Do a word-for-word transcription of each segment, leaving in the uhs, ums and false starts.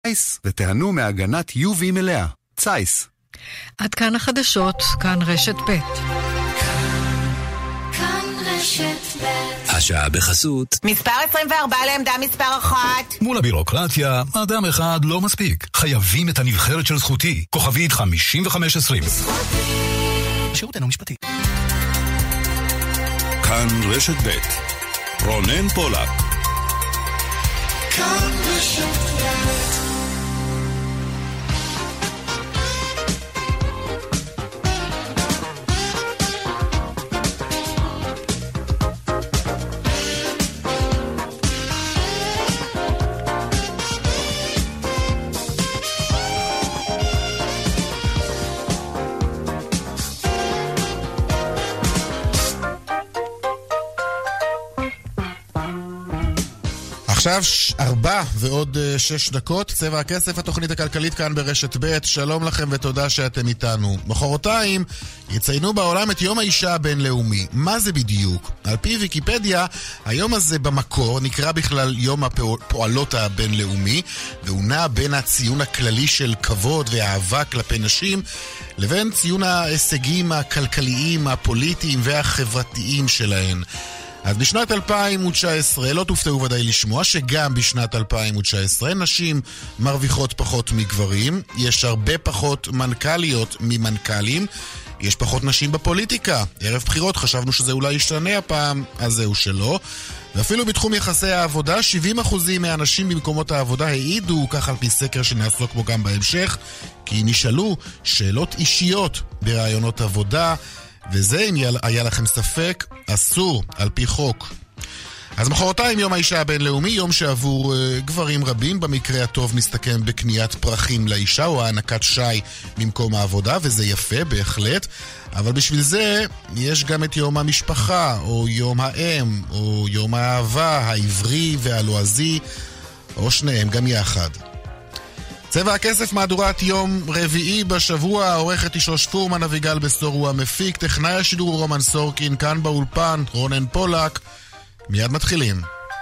צייס, ותיהנו מהגנת יו וי מלאה. צייס. עד כאן החדשות, כאן רשת ב'. כאן רשת ב'. השעה בחסות. מספר עשרים וארבע לעמדה מספר אחת. מול הבירוקרטיה, אדם אחד לא מספיק. חייבים את הנבחרת של זכותי. כוכבית חמישים וחמש עשרים. זכותי. שירותנו משפטי. כאן רשת ב'. רונן פולק. כאן רשת ב'. עכשיו ארבע ועוד שש דקות, צבע הכסף, התוכנית הכלכלית כאן ברשת ב'. שלום לכם ותודה שאתם איתנו. מחרתיים יציינו בעולם את יום האישה הבינלאומי. מה זה בדיוק? על פי ויקיפדיה, היום הזה במקור נקרא בכלל יום הפועלות הבינלאומי, והוא נע בין הציון הכללי של כבוד ואהבה כלפי נשים, לבין ציון ההישגים הכלכליים, הפוליטיים והחברתיים שלהן. אז בשנת אלפיים ותשע עשרה, לא תופתעו ודאי לשמוע שגם בשנת אלפיים ותשע עשרה נשים מרוויחות פחות מגברים, יש הרבה פחות מנכ"ליות ממנכ"לים, יש פחות נשים בפוליטיקה. ערב בחירות חשבנו שזה אולי ישתנה הפעם, אז זהו שלא. ואפילו בתחום יחסי העבודה, שבעים אחוזים מהאנשים במקומות העבודה העידו, כך על פי סקר שנעסוק בו גם בהמשך, כי נשאלו שאלות אישיות ברעיונות עבודה, וזה, אם היה לכם ספק, אסור על פי חוק. אז מחרתיים יום האישה הבינלאומי, יום שעבור uh, גברים רבים במקרה הטוב מסתכם בקניית פרחים לאישה או הענקת שי במקום העבודה, וזה יפה בהחלט, אבל בשביל זה יש גם את יום המשפחה או יום האם או יום האהבה העברי והלועזי, או שניהם גם יחד. צבע הכסף, מהדורת יום רביעי בשבוע, העורכת ישוש פורמן, אביגל בסור הוא המפיק, טכנאי השידור רומן סורקין, כאן באולפן רונן פולק. מיד מתחילים.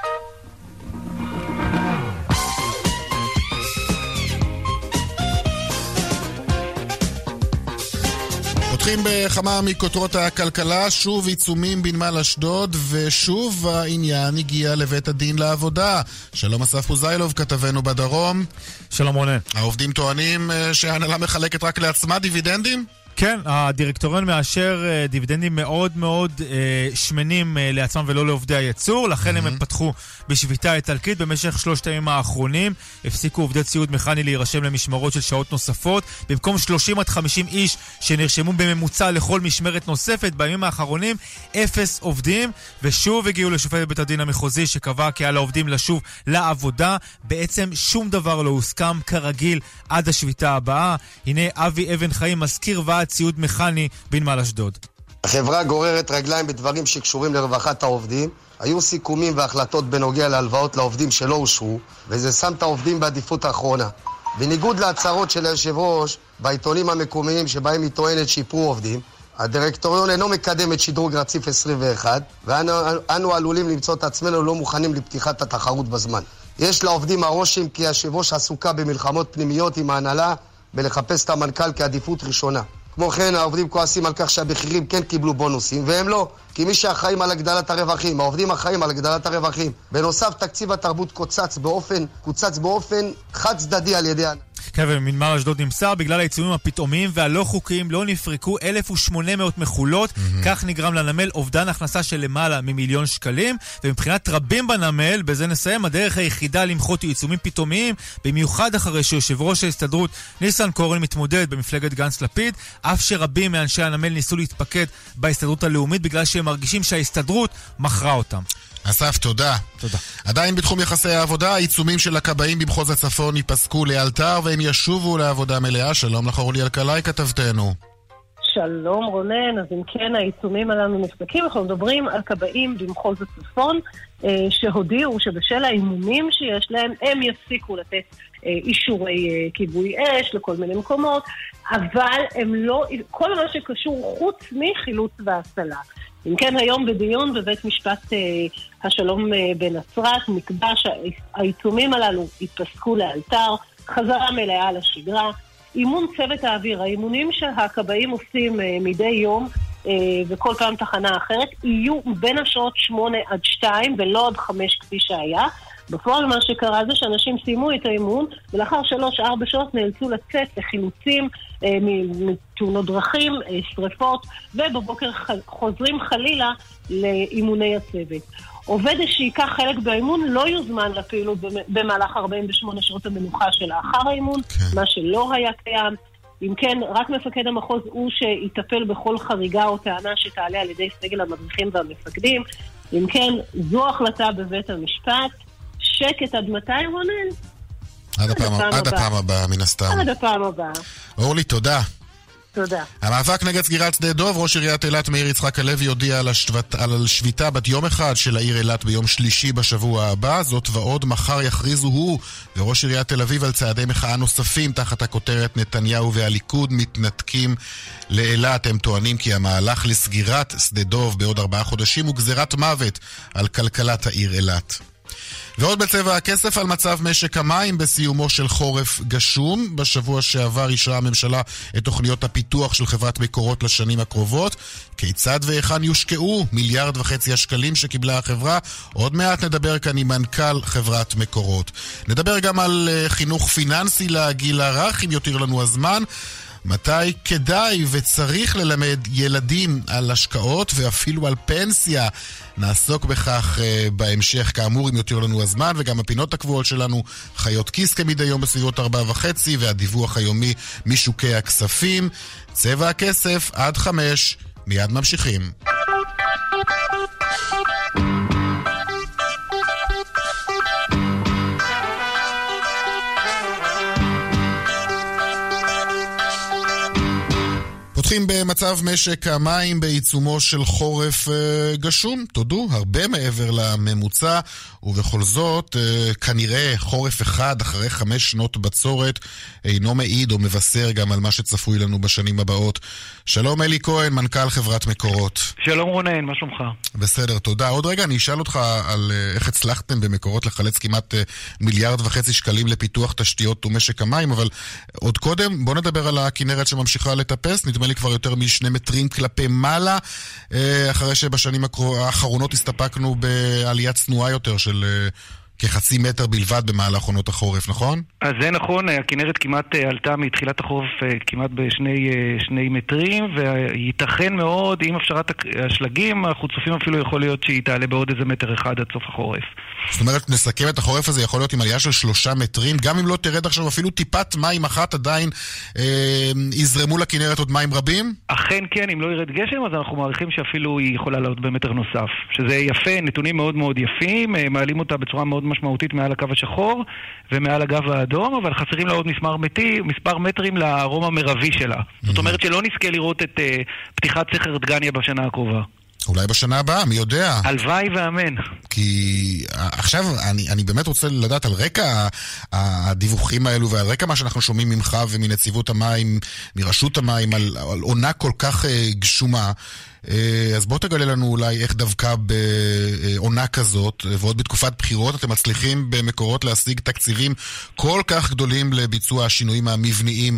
פותחים בכמה מכותרות הכלכלה, שוב עיצומים בנמל אשדוד, ושוב העניין הגיע לבית הדין לעבודה. שלום אסף פוזיילוב, כתבנו בדרום. שלום רונן. העובדים טוענים שההנהלה מחלקת רק לעצמה דיבידנדים? כן, הדירקטוריון מאשר דיבידנדים מאוד מאוד שמנים לעצמם ולא לעובדי הייצור, לכן הם פתחו בשביתה איטלקית במשך שלושת הימים האחרונים, הפסיקו עובדי ציוד מכני להירשם למשמרות של שעות נוספות, במקום שלושים עד חמישים איש שנרשמו בממוצע לכל משמרת נוספת, בימים האחרונים אפס עובדים, ושוב הגיעו לשופט בית הדין המחוזי שקבע כי על העובדים לשוב לעבודה, בעצם שום דבר לא הוסכם כרגיל עד השביתה הבאה. הנה אבי אבן חיים, מזכיר ועד ציוד מכני בנמל אשדוד. החברה גוררת רגליים בדברים שקשורים לרווחת העובדים. היו סיכומים והחלטות בנוגע להלוואות לעובדים שלא אושרו, וזה שם את העובדים בעדיפות האחרונה. בניגוד להצהרות של היושב ראש בעיתונים המקומיים שבהם היא טוענת שיפרו עובדים, הדירקטוריון אינו מקדם את שדרוג רציף עשרים ואחת, ואנו עלולים למצוא את עצמנו לא מוכנים לפתיחת התחרות בזמן. יש לעובדים הרושם כי היושב ראש עסוקה במלחמות פנימיות עם ההנהלה בלחפש את המנכ"ל כעדיפות ראשונה. כמו כן, העובדים כועסים על כך שהבכירים כן קיבלו בונוסים, והם לא, כי מי שאחראים על הגדלת הרווחים, העובדים אחראים על הגדלת הרווחים. בנוסף, תקציב התרבות קוצץ באופן, קוצץ באופן חד צדדי על ידי... כן, ומנמל אשדוד נמסר, בגלל העיצומים הפתאומיים והלא חוקיים לא נפרקו אלף ושמונה מאות מכולות, mm-hmm. כך נגרם לנמל אובדן הכנסה של למעלה ממיליון שקלים, ומבחינת רבים בנמל, בזה נסיים, הדרך היחידה למחות עיצומים פתאומיים, במיוחד אחרי שיושב ראש ההסתדרות ניסן קורן מתמודד במפלגת גנץ לפיד, אף שרבים מאנשי הנמל ניסו להתפקד בהסתדרות הלאומית, בגלל שהם מרגישים שההסתדרות מכרה אותם. אסף, תודה. תודה. עדיין בתחום יחסי העבודה, העיצומים של הכבאים במחוז הצפון ייפסקו לאלתר והם ישובו לעבודה מלאה. שלום לך אורלי אלקלעי, כתבתנו. שלום רונן, אז אם כן העיצומים הללו נפסקים, אנחנו מדברים על כבאים במחוז הצפון שהודיעו שבשל האימונים שיש להם הם יפסיקו לתת אישורי כיבוי אש לכל מיני מקומות, אבל הם לא, כל מה שקשור חוץ מחילוץ והצלה. אם כן, היום בדיון בבית משפט השלום בנצרת נקבע שהעיצומים הללו יתפסקו לאלתר, חזרה מלאה לשגרה, אימון צוות האוויר, האימונים שהכבאים עושים אה, מדי יום, אה, וכל פעם תחנה אחרת, יהיו בין השעות שמונה עד שתיים, ולא עד חמש כפי שהיה. בפועל מה שקרה זה שאנשים סיימו את האימון, ולאחר שלוש ארבע שעות נאלצו לצאת לחילוצים אה, מתאונות דרכים, אה, שריפות, ובבוקר ח... חוזרים חלילה לאימוני הצוות. עובד שיקח חלק באימון לא יוזמן לפעילות במהלך ארבעים ושמונה שעות המנוחה שלאחר האימון, כן. מה שלא היה קיים. אם כן, רק מפקד המחוז הוא שיטפל בכל חריגה או טענה שתעלה על ידי סגל המדריכים והמפקדים. אם כן, זו החלטה בבית המשפט. שקט עד מתי, רונן? עד הפעם, הפעם, עד הפעם הבאה, מן הסתם. עד הפעם הבאה. אורלי, תודה. תודה. המאבק נגד סגירת שדה דוב, ראש עיריית אילת מאיר יצחק הלוי הודיע על, השבת, על שביתה בת יום אחד של העיר אילת ביום שלישי בשבוע הבא. זאת ועוד, מחר יכריזו הוא וראש עיריית תל אביב על צעדי מחאה נוספים תחת הכותרת נתניהו והליכוד מתנתקים לאילת. הם טוענים כי המהלך לסגירת שדה דוב בעוד ארבעה חודשים הוא גזירת מוות על כלכלת העיר אילת. ועוד בצבע הכסף על מצב משק המים בסיומו של חורף גשום. בשבוע שעבר אישרה הממשלה את תוכניות הפיתוח של חברת מקורות לשנים הקרובות. כיצד והיכן יושקעו מיליארד וחצי השקלים שקיבלה החברה? עוד מעט נדבר כאן עם מנכ"ל חברת מקורות. נדבר גם על חינוך פיננסי לגיל הרך, אם יותר לנו הזמן. מתי כדאי וצריך ללמד ילדים על השקעות ואפילו על פנסיה. נעסוק בכך uh, בהמשך, כאמור, אם יותר לנו הזמן, וגם הפינות הקבועות שלנו, חיות כיס כמדי יום בסביבות ארבע וחצי, והדיווח היומי משוקי הכספים. צבע הכסף עד חמש, מיד ממשיכים. פותחים במצב משק המים בעיצומו של חורף אה, גשום, תודו, הרבה מעבר לממוצע, ובכל זאת, אה, כנראה חורף אחד אחרי חמש שנות בצורת אינו מעיד או מבשר גם על מה שצפוי לנו בשנים הבאות. שלום אלי כהן, מנכ"ל חברת מקורות. שלום רונן, מה שלומך? בסדר, תודה. עוד רגע אני אשאל אותך על אה, איך הצלחתם במקורות לחלץ כמעט אה, מיליארד וחצי שקלים לפיתוח תשתיות ומשק המים, אבל עוד קודם בוא נדבר על הכנרת שממשיכה לטפס. נדמה לי כבר יותר משני מטרים כלפי מעלה, אחרי שבשנים האחרונות הסתפקנו בעלייה צנועה יותר של כחצי מטר בלבד במהלך עונות החורף, נכון? אז זה נכון, הכנרת כמעט עלתה מתחילת החורף כמעט בשני שני מטרים, וייתכן מאוד, עם הפשרת השלגים, החוצופים אפילו יכול להיות שהיא תעלה בעוד איזה מטר אחד עד סוף החורף. זאת אומרת, נסכם את החורף הזה, יכול להיות עם עלייה של שלושה מטרים, גם אם לא תרד עכשיו אפילו טיפת מים אחת, עדיין אה, יזרמו לכנרת עוד מים רבים? אכן כן, אם לא ירד גשם, אז אנחנו מעריכים שאפילו היא יכולה לעלות במטר נוסף. שזה יפה, נתונים מאוד מאוד יפים, מעלים אותה בצורה מאוד משמעותית מעל הקו השחור ומעל הגב האדום, אבל חסרים לה עוד מספר, מתי, מספר מטרים לרום המרבי שלה. Mm-hmm. זאת אומרת שלא נזכה לראות את uh, פתיחת סכר דגניה בשנה הקרובה. אולי בשנה הבאה, מי יודע? הלוואי ואמן. כי עכשיו אני, אני באמת רוצה לדעת על רקע הדיווחים האלו ועל רקע מה שאנחנו שומעים ממך ומנציבות המים, מרשות המים, על, על עונה כל כך גשומה. אז בוא תגלה לנו אולי איך דווקא בעונה כזאת, ועוד בתקופת בחירות, אתם מצליחים במקורות להשיג תקציבים כל כך גדולים לביצוע השינויים המבניים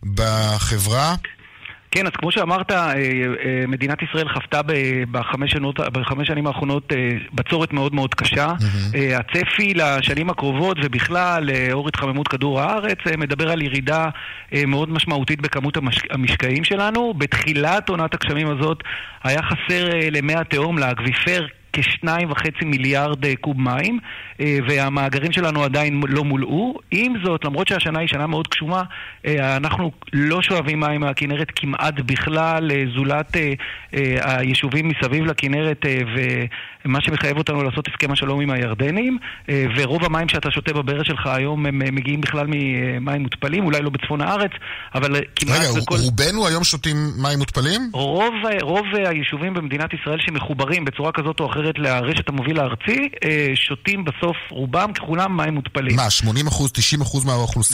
בחברה. כן, אז כמו שאמרת, מדינת ישראל חוותה בחמש שנות, בחמש שנים האחרונות בצורת מאוד מאוד קשה. הצפי לשנים הקרובות ובכלל לאור התחממות כדור הארץ מדבר על ירידה מאוד משמעותית בכמות המשקעים שלנו. בתחילת עונת הגשמים הזאת היה חסר למי התהום, לאקוויפר, כשניים וחצי מיליארד קוב מים, והמאגרים שלנו עדיין לא מולאו. עם זאת, למרות שהשנה היא שנה מאוד גשומה, אנחנו לא שואבים מים מהכנרת כמעט בכלל, זולת היישובים מסביב לכנרת, ומה שמחייב אותנו לעשות הסכם השלום עם הירדנים, ורוב המים שאתה שותה בברז שלך היום הם מגיעים בכלל ממים מותפלים, אולי לא בצפון הארץ, אבל כמעט... רגע, בכל... רובנו היום שותים מים מותפלים? רוב, רוב היישובים במדינת ישראל שמחוברים בצורה כזאת או אחרת לרשת המוביל הארצי, שותים בסוף רובם ככולם מים מותפלים. מה, שמונים אחוז, תשעים אחוז מהאוכלוסייה?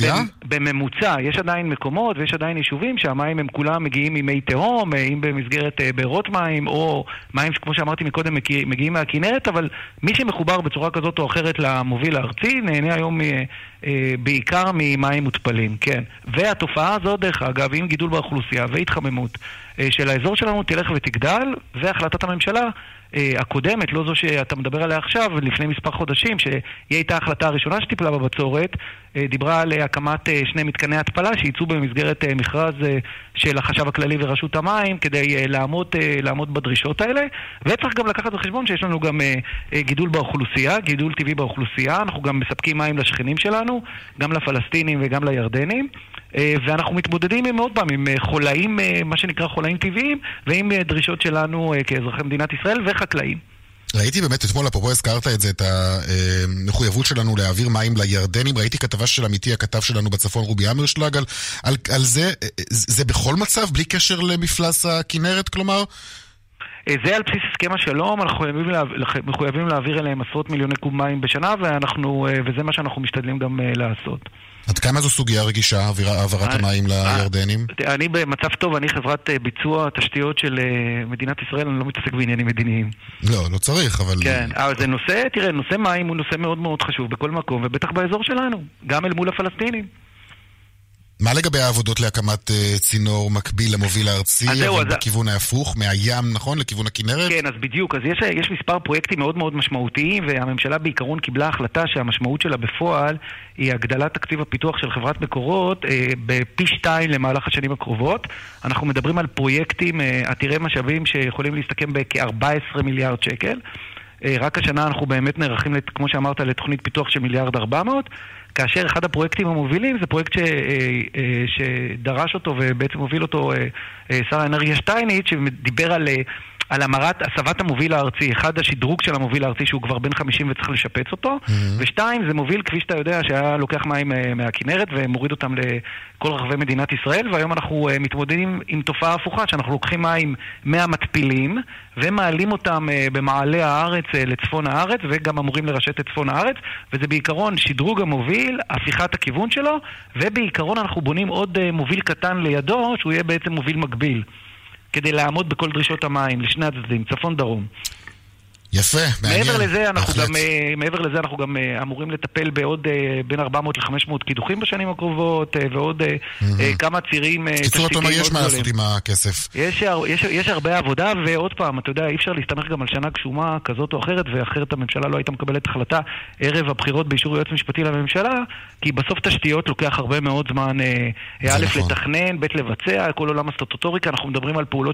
בממוצע, יש עדיין מקומות ויש עדיין יישובים שהמים הם כולם מגיעים ממי תהום, אם במסגרת בארות מים, או מים שכמו שאמרתי מקודם מגיעים מהכינרת, אבל מי שמחובר בצורה כזאת או אחרת למוביל הארצי, נהנה היום בעיקר ממים מותפלים, כן. והתופעה הזאת, דרך אגב, עם גידול באוכלוסייה והתחממות של האזור שלנו תלך ותגדל, והחלטת הממשלה הקודמת, לא זו שאתה מדבר עליה עכשיו, לפני מספר חודשים, שהיא הייתה ההחלטה הראשונה שטיפלה בבצורת, דיברה על הקמת שני מתקני התפלה שיצאו במסגרת מכרז של החשב הכללי ורשות המים כדי לעמוד, לעמוד בדרישות האלה, וצריך גם לקחת בחשבון שיש לנו גם גידול באוכלוסייה, גידול טבעי באוכלוסייה, אנחנו גם מספקים מים לשכנים שלנו, גם לפלסטינים וגם לירדנים, ואנחנו מתמודדים עם עוד פעם, עם חולאים, מה שנקרא חולאים טבעיים, ועם דרישות שלנו כאזרחי מדינת ישראל וחקלאים. ראיתי באמת אתמול, אפרופו הזכרת את זה, את המחויבות שלנו להעביר מים לירדנים, ראיתי כתבה של עמיתי, הכתב שלנו בצפון רובי אמרשלג, על, על, על זה, זה בכל מצב, בלי קשר למפלס הכינרת, כלומר? זה על בסיס הסכם השלום, אנחנו מחויבים להעביר אליהם עשרות מיליוני קוב מים בשנה, ואנחנו, וזה מה שאנחנו משתדלים גם לעשות. עד כמה זו סוגיה רגישה, העברת המים לירדנים? אני במצב טוב, אני חברת ביצוע תשתיות של מדינת ישראל, אני לא מתעסק בעניינים מדיניים. לא, לא צריך, אבל... כן, אבל זה נושא, תראה, נושא מים הוא נושא מאוד מאוד חשוב בכל מקום, ובטח באזור שלנו, גם אל מול הפלסטינים. מה לגבי העבודות להקמת uh, צינור מקביל למוביל הארצי, אבל אז... בכיוון ההפוך, מהים, נכון? לכיוון הכינרת? כן, אז בדיוק. אז יש, יש מספר פרויקטים מאוד מאוד משמעותיים, והממשלה בעיקרון קיבלה החלטה שהמשמעות שלה בפועל היא הגדלת תקציב הפיתוח של חברת מקורות אה, בפי שתיים למהלך השנים הקרובות. אנחנו מדברים על פרויקטים אה, עתירי משאבים שיכולים להסתכם בכ-ארבעה עשר מיליארד שקל. אה, רק השנה אנחנו באמת נערכים, לת, כמו שאמרת, לתוכנית פיתוח של מיליארד ארבע מאות, כאשר אחד הפרויקטים המובילים זה פרויקט ש, שדרש אותו ובעצם מוביל אותו שר האנרגיה שטייניץ, שדיבר על, על המרת, הסבת המוביל הארצי, אחד השדרוג של המוביל הארצי שהוא כבר בן חמישים וצריך לשפץ אותו, mm-hmm. ושתיים זה מוביל כפי שאתה יודע שהיה לוקח מים מהכינרת ומוריד אותם לכל רחבי מדינת ישראל, והיום אנחנו מתמודדים עם תופעה הפוכה שאנחנו לוקחים מים מהמטפילים ומעלים אותם במעלה הארץ לצפון הארץ וגם אמורים לרשת את צפון הארץ, וזה בעיקרון שדרוג המוביל, הפיכת הכיוון שלו, ובעיקרון אנחנו בונים עוד מוביל קטן לידו שהוא יהיה בעצם מוביל מקביל כדי לעמוד בכל דרישות המים לשני הצדדים, צפון דרום. יפה, מעניין. מעבר לזה אנחנו גם מעבר לזה אנחנו גם אמורים לטפל בעוד בין ארבע מאות ל-חמש מאות קידוחים בשנים הקרובות, ועוד כמה צירים. קיצור, אתה אומר, יש מה לעשות עם הכסף. יש יש יש הרבה עבודה, ועוד פעם, אתה יודע, אי אפשר להסתמך גם על שנה גשומה כזאת או אחרת, ואחרת הממשלה לא הייתה מקבלת החלטה ערב הבחירות באישור יועץ משפטי לממשלה, כי בסוף תשתיות לוקח הרבה מאוד זמן א' לתכנן, ב' לבצע, כל עולם הסטטוטוריקה, אנחנו מדברים על פעולות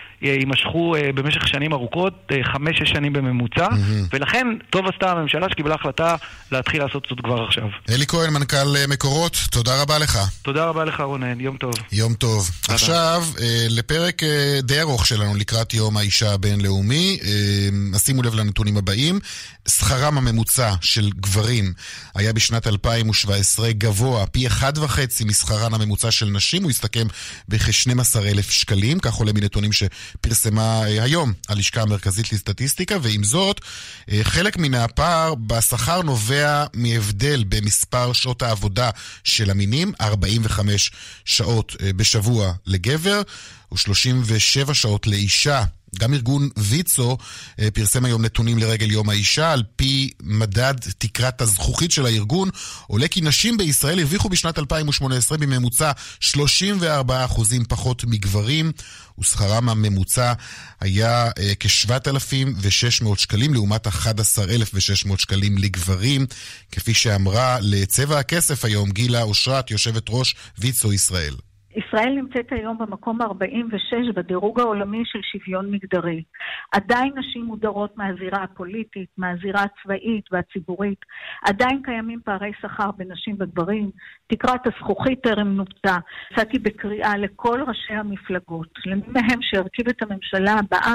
שימשכו במשך שנים ארוכות, חמש שש שנים ממוצע, mm-hmm. ולכן טוב עשתה הממשלה שקיבלה החלטה להתחיל לעשות זאת כבר עכשיו. אלי כהן, מנכ"ל מקורות, תודה רבה לך. תודה רבה לך רונן, יום טוב. יום טוב. תודה. עכשיו, לפרק די ארוך שלנו לקראת יום האישה הבינלאומי, שימו לב לנתונים הבאים. שכרם הממוצע של גברים היה בשנת אלפיים שבע עשרה גבוה, פי אחד וחצי משכרן הממוצע של נשים, הוא הסתכם בכ-שנים עשר אלף שקלים, כך עולה מנתונים שפרסמה היום הלשכה המרכזית לסטטיסטיקה, ועם זאת, חלק מן הפער בשכר נובע מהבדל במספר שעות העבודה של המינים, ארבעים וחמש שעות בשבוע לגבר, ו-שלושים ושבע שעות לאישה. גם ארגון ויצו פרסם היום נתונים לרגל יום האישה, על פי מדד תקרת הזכוכית של הארגון, עולה כי נשים בישראל הרוויחו בשנת אלפיים שמונה עשרה בממוצע שלושים וארבעה אחוזים פחות מגברים, ושכרם הממוצע היה כ-שבעת אלפים ושש מאות שקלים, לעומת אחד עשר אלף ושש מאות שקלים לגברים, כפי שאמרה לצבע הכסף היום גילה אושרת, יושבת ראש ויצו ישראל. ישראל נמצאת היום במקום ארבעים ושש בדירוג העולמי של שוויון מגדרי. עדיין נשים מודרות מהזירה הפוליטית, מהזירה הצבאית והציבורית. עדיין קיימים פערי שכר בין נשים וגברים. תקרת הזכוכית טרם נופצה. יצאתי בקריאה לכל ראשי המפלגות, למי מהם שהרכיב את הממשלה הבאה,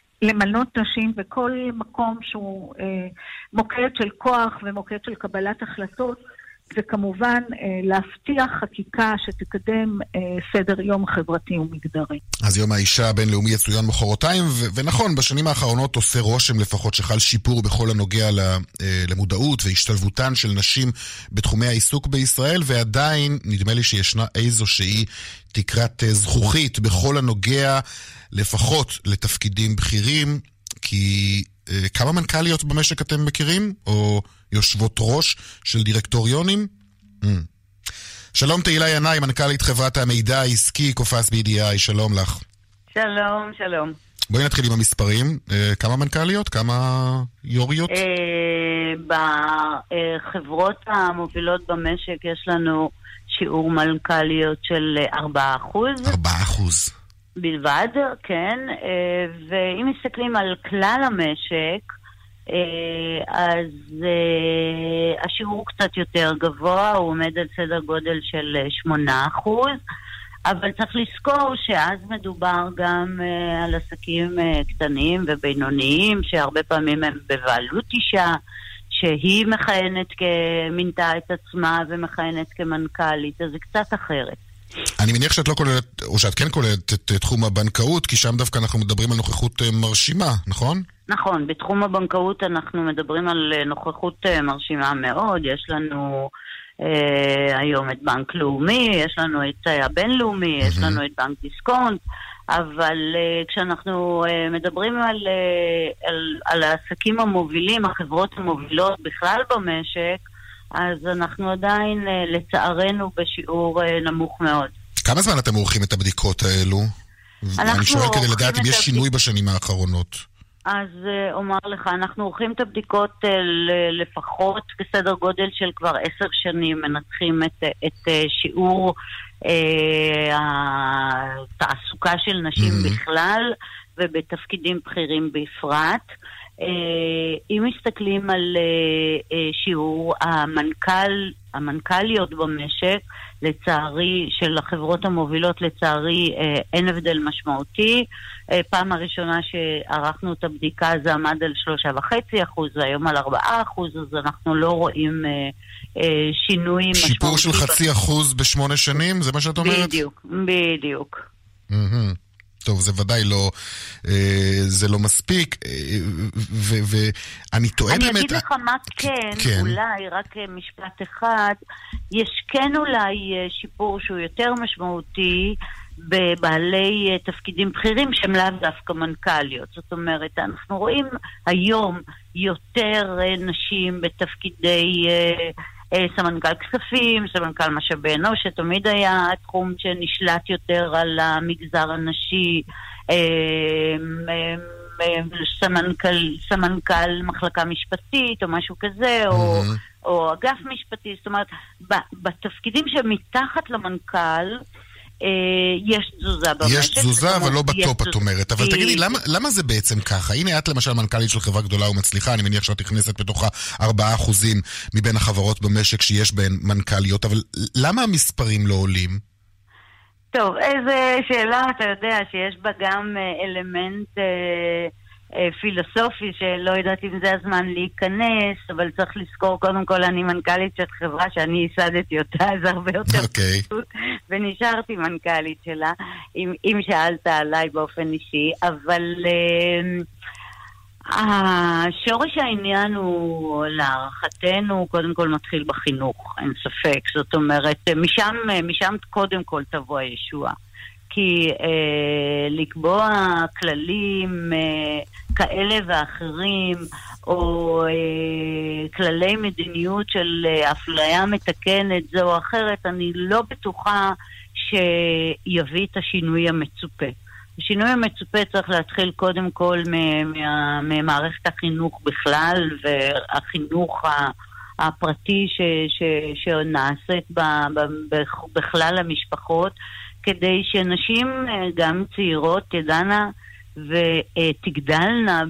למנות נשים בכל מקום שהוא אה, מוקד של כוח ומוקד של קבלת החלטות, וכמובן להבטיח חקיקה שתקדם סדר יום חברתי ומגדרי. אז יום האישה הבינלאומי יצוין מחרתיים, ו- ונכון, בשנים האחרונות עושה רושם לפחות שחל שיפור בכל הנוגע למודעות והשתלבותן של נשים בתחומי העיסוק בישראל, ועדיין נדמה לי שישנה איזושהי תקרת זכוכית בכל הנוגע לפחות לתפקידים בכירים, כי כמה מנכ"ליות במשק אתם מכירים? או יושבות ראש של דירקטוריונים? Mm. שלום תהילה ינאי, מנכ"לית חברת המידע העסקי קופס בי די איי, שלום לך. שלום, שלום. בואי נתחיל עם המספרים. כמה מנכ"ליות? כמה יוריות? בחברות המובילות במשק יש לנו שיעור מנכ"ליות של ארבעה אחוז. ארבעה אחוז. בלבד, כן. ואם מסתכלים על כלל המשק, אז השיעור קצת יותר גבוה, הוא עומד על סדר גודל של שמונה אחוז, אבל צריך לזכור שאז מדובר גם על עסקים קטנים ובינוניים, שהרבה פעמים הם בבעלות אישה, שהיא מכהנת כמינתה את עצמה ומכהנת כמנכ"לית, אז זה קצת אחרת. אני מניח שאת לא כוללת, או שאת כן כוללת את תחום הבנקאות, כי שם דווקא אנחנו מדברים על נוכחות מרשימה, נכון? נכון, בתחום הבנקאות אנחנו מדברים על נוכחות מרשימה מאוד. יש לנו אה, היום את בנק לאומי, יש לנו את הבינלאומי, יש לנו את בנק דיסקונט, אבל אה, כשאנחנו אה, מדברים על, אה, על, על העסקים המובילים, החברות המובילות בכלל במשק, אז אנחנו עדיין, לצערנו, בשיעור נמוך מאוד. כמה זמן אתם עורכים את הבדיקות האלו? אני שואל כדי לדעת אם יש שינוי בשנים האחרונות. אז אומר לך, אנחנו עורכים את הבדיקות לפחות בסדר גודל של כבר עשר שנים, מנתחים את, את שיעור אה, התעסוקה של נשים mm-hmm. בכלל, ובתפקידים בכירים בפרט. אם מסתכלים על שיעור המנכ"ל, המנכ"ליות במשק, לצערי, של החברות המובילות, לצערי, אין הבדל משמעותי. פעם הראשונה שערכנו את הבדיקה זה עמד על שלושה וחצי אחוז, והיום על ארבעה אחוז, אז אנחנו לא רואים שינוי משמעותי. שיפור של חצי אחוז בשמונה שנים, זה מה שאת אומרת? בדיוק, בדיוק. אהה. טוב, זה ודאי לא, זה לא מספיק, ואני טועה באמת... אני אגיד לך מה כן, אולי, רק משפט אחד, יש כן אולי שיפור שהוא יותר משמעותי בבעלי תפקידים בכירים שהם לאו דווקא מנכ"ליות. זאת אומרת, אנחנו רואים היום יותר נשים בתפקידי... סמנכ"ל כספים, סמנכ"ל משאבי אנוש, שתמיד היה תחום שנשלט יותר על המגזר הנשי, סמנכ"ל, סמנכ"ל מחלקה משפטית או משהו כזה, או, או אגף משפטי. זאת אומרת, בתפקידים שמתחת למנכ"ל, יש תזוזה במשק. יש תזוזה, אבל לא בטופ, את אומרת. אבל תגידי, למה, למה זה בעצם ככה? הנה, את למשל מנכ"לית של חברה גדולה ומצליחה, אני מניח שאת נכנסת בתוכה ארבעה אחוזים מבין החברות במשק שיש בהן מנכ"ליות, אבל למה המספרים לא עולים? טוב, איזו שאלה, אתה יודע, שיש בה גם אלמנט פילוסופי, שלא יודעת אם זה הזמן להיכנס, אבל צריך לזכור, קודם כל, אני מנכ"לית של חברה שאני ייסדתי אותה, זה הרבה יותר פשוט, ונשארתי מנכ"לית שלה, אם, אם שאלת עליי באופן אישי, אבל uh, השורש העניין הוא, להערכתנו, קודם כל מתחיל בחינוך, אין ספק, זאת אומרת, משם, משם קודם כל תבוא הישועה. כי אה, לקבוע כללים אה, כאלה ואחרים, או אה, כללי מדיניות של אה, אפליה מתקנת זו או אחרת, אני לא בטוחה שיביא את השינוי המצופה. השינוי המצופה צריך להתחיל קודם כל ממערכת החינוך בכלל, והחינוך הפרטי ש, ש, שנעשית ב, ב, בכלל המשפחות, כדי שנשים גם צעירות תדענה ותגדלנה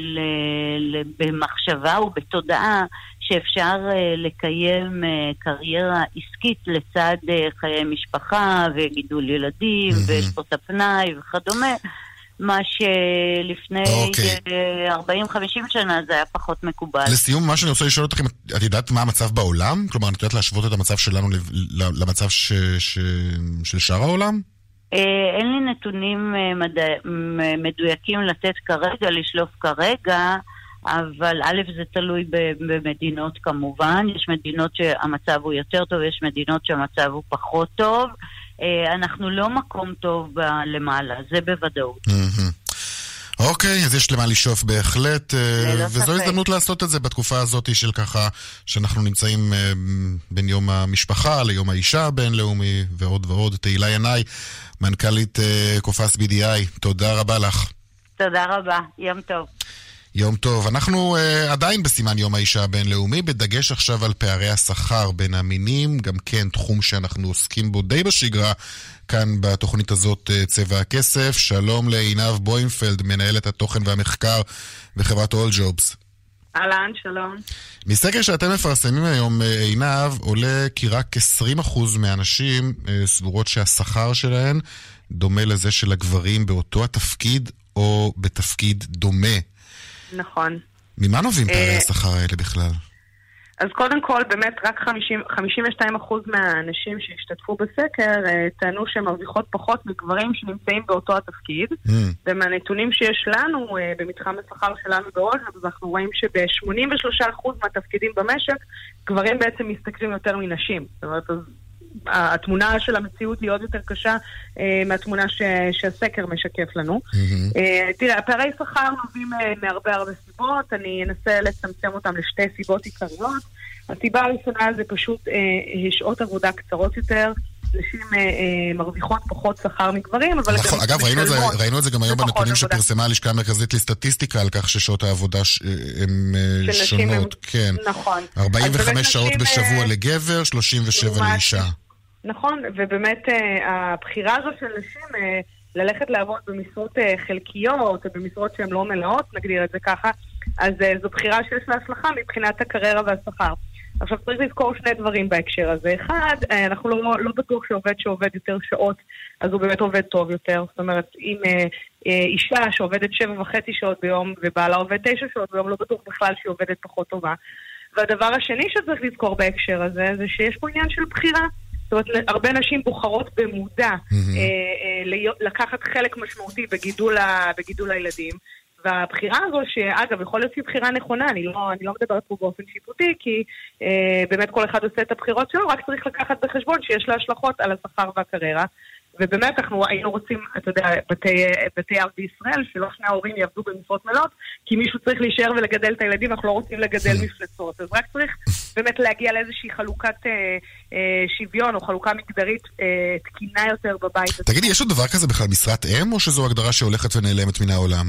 במחשבה ובתודעה שאפשר לקיים קריירה עסקית לצד חיי משפחה וגידול ילדים ושפות הפנאי וכדומה. מה שלפני אוקיי. ארבעים חמישים שנה זה היה פחות מקובל. לסיום, מה שאני רוצה לשאול אותך, את יודעת מה המצב בעולם? כלומר, את יודעת להשוות את המצב שלנו למצב ש... ש... של שאר העולם? אין לי נתונים מדע... מדויקים לתת כרגע, לשלוף כרגע, אבל א' זה תלוי במדינות כמובן. יש מדינות שהמצב הוא יותר טוב, יש מדינות שהמצב הוא פחות טוב. אנחנו לא מקום טוב למעלה, זה בוודאות. אוקיי, אז יש למה לשאוף בהחלט, וזו הזדמנות לעשות את זה בתקופה הזאת של ככה, שאנחנו נמצאים בין יום המשפחה ליום האישה הבינלאומי ועוד ועוד. תהילה ינאי, מנכ"לית קופס בי די איי, תודה רבה לך. תודה רבה, יום טוב. יום טוב. אנחנו uh, עדיין בסימן יום האישה הבינלאומי, בדגש עכשיו על פערי השכר בין המינים, גם כן תחום שאנחנו עוסקים בו די בשגרה, כאן בתוכנית הזאת uh, צבע הכסף. שלום לעינב בוימפלד, מנהלת התוכן והמחקר בחברת All Jobs. אהלן, שלום. מסקר שאתם מפרסמים היום, עינב, עולה כי רק עשרים אחוז מהנשים uh, סבורות שהשכר שלהן דומה לזה של הגברים באותו התפקיד או בתפקיד דומה. נכון. ממה נובעים פערי השכר האלה בכלל? אז קודם כל, באמת רק חמישים ושתיים אחוז מהאנשים שהשתתפו בסקר טענו שהן מרוויחות פחות מגברים שנמצאים באותו התפקיד, ומהנתונים שיש לנו במתחם השכר שלנו באולג'ובס, אז אנחנו רואים שב-שמונים ושלושה אחוז מהתפקידים במשק, גברים בעצם משתכרים יותר מנשים. זאת אומרת, אז התמונה של המציאות היא עוד יותר קשה אה, מהתמונה ש, שהסקר משקף לנו. Mm-hmm. אה, תראה, הפערי שכר נובעים אה, מהרבה הרבה סיבות, אני אנסה לצמצם אותם לשתי סיבות עיקריות. הסיבה הראשונה זה פשוט אה, שעות עבודה קצרות יותר, נשים אה, אה, מרוויחות פחות שכר מגברים, אבל... נכון, אגב, ראינו את, זה, ראינו את זה גם היום בנתונים שפרסמה הלשכה המרכזית לסטטיסטיקה על כך ששעות העבודה ש... הן שונות. הם... כן. נכון. ארבעים וחמש שעות בשבוע לגבר, שלושים ושבע לאישה. נכון, ובאמת הבחירה הזו של נשים ללכת לעבוד במשרות חלקיות או במשרות שהן לא מלאות, נגדיר את זה ככה, אז זו בחירה שיש לה השלכה מבחינת הקריירה והשכר. עכשיו צריך לזכור שני דברים בהקשר הזה. אחד, אנחנו לא, לא בטוח שעובד שעובד יותר שעות, אז הוא באמת עובד טוב יותר. זאת אומרת, אם אישה שעובדת שבע וחצי שעות ביום ובעלה עובד תשע שעות ביום, לא בטוח בכלל שהיא עובדת פחות טובה. והדבר השני שצריך לזכור בהקשר הזה, זה שיש פה עניין של בחירה. זאת אומרת, הרבה נשים בוחרות במודע mm-hmm. אה, אה, לקחת חלק משמעותי בגידול, ה, בגידול הילדים, והבחירה הזו, שאגב, יכול להיות שהיא בחירה נכונה, אני לא, אני לא מדברת פה באופן שיפוטי, כי אה, באמת כל אחד עושה את הבחירות שלו, רק צריך לקחת בחשבון שיש לה השלכות על השכר והקריירה, ובאמת אנחנו היינו רוצים, אתה יודע, בתי, בתי אב בישראל, שלא שני ההורים יעבדו במשרות מלאות, כי מישהו צריך להישאר ולגדל את הילדים, אנחנו לא רוצים לגדל מפלצות. אז רק צריך באמת להגיע לאיזושהי חלוקת אה, אה, שוויון, או חלוקה מגדרית אה, תקינה יותר בבית. תגידי, יש עוד דבר כזה בכלל משרת אם, או שזו הגדרה שהולכת ונעלמת מן העולם?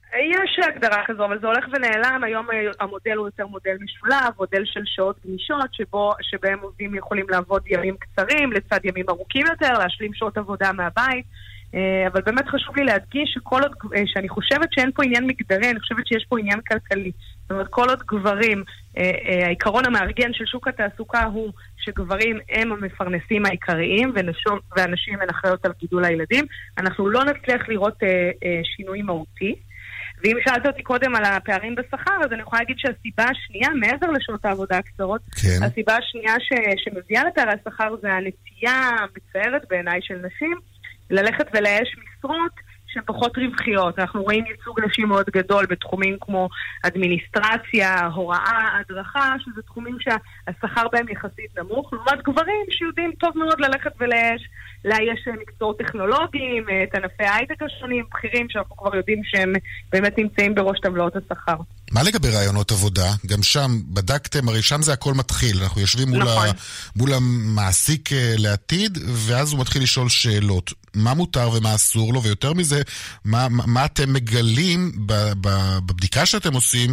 יש הגדרה כזו, אבל זה הולך ונעלם. היום המודל הוא יותר מודל משולב, מודל של שעות גמישות, שבו, שבהם עובדים יכולים לעבוד ימים קצרים, לצד ימים ארוכים יותר, להשלים שעות עבודה מהבית. אבל באמת חשוב לי להדגיש שכל עוד, שאני חושבת שאין פה עניין מגדרי, אני חושבת שיש פה עניין כלכלי. זאת אומרת, כל עוד גברים, העיקרון המארגן של שוק התעסוקה הוא שגברים הם המפרנסים העיקריים, ואנשים הן אחראיות על גידול הילדים, אנחנו לא נצליח לראות שינוי מהותי. ואם שאלת אותי קודם על הפערים בשכר, אז אני יכולה להגיד שהסיבה השנייה, מעבר לשעות העבודה הקצרות, כן. הסיבה השנייה ש- שמביאה לפערי השכר זה הנטייה המצערת בעיניי של נשים, ללכת ולאש משרות שהן פחות רווחיות. אנחנו רואים ייצוג נשים מאוד גדול בתחומים כמו אדמיניסטרציה, הוראה, הדרכה, שזה תחומים שהשכר בהם יחסית נמוך, לעומת גברים שיודעים טוב מאוד ללכת ולאש, לאייש מקצועות טכנולוגיים, את ענפי ההייטק השונים, בכירים שאנחנו כבר יודעים שהם באמת נמצאים בראש טבלאות השכר. מה לגבי רעיונות עבודה? גם שם בדקתם, הרי שם זה הכל מתחיל, אנחנו יושבים מול, נכון. ה, מול המעסיק לעתיד, ואז הוא מתחיל לשאול שאלות. מה מותר ומה אסור לו, ויותר מזה, מה, מה אתם מגלים ב, ב, בבדיקה שאתם עושים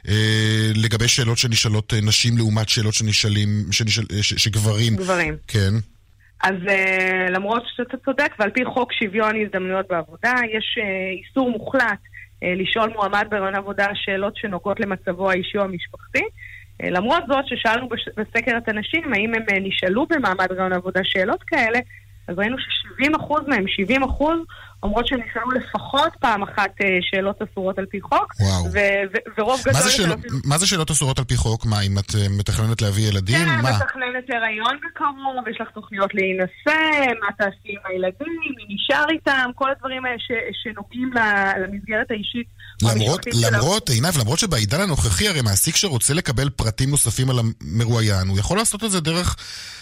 אה, לגבי שאלות שנשאלות נשים לעומת שאלות שנשאלים, שנשאל, ש, שגברים. גברים. כן. אז uh, למרות שאתה צודק, ועל פי חוק שוויון הזדמנויות בעבודה, יש uh, איסור מוחלט uh, לשאול מועמד ברעיון עבודה שאלות שנוגעות למצבו האישי או המשפחתי. Uh, למרות זאת ששאלנו בש- בסקר את הנשים, האם הם uh, נשאלו במעמד רעיון עבודה שאלות כאלה, אז ראינו ש-שבעים אחוז מהם, שבעים אחוז, אומרות שנשאלו לפחות פעם אחת שאלות אסורות על פי חוק. וואו. ו- ו- ורוב גדול... מה זה, שאל... אפילו... מה זה שאלות אסורות על פי חוק? מה, אם את מתכננת להביא ילדים? כן, מה? מתכננת הריון בקרוב, יש לך תוכניות להינשא, מה תעשי עם הילדים, מי נשאר איתם, כל הדברים האלה ש- שנוגעים למסגרת האישית. למרות, למרות, עינב, למרות שבעידן הנוכחי, הרי מעסיק שרוצה לקבל פרטים נוספים על המרואיין, הוא יכול לעשות את זה דרך...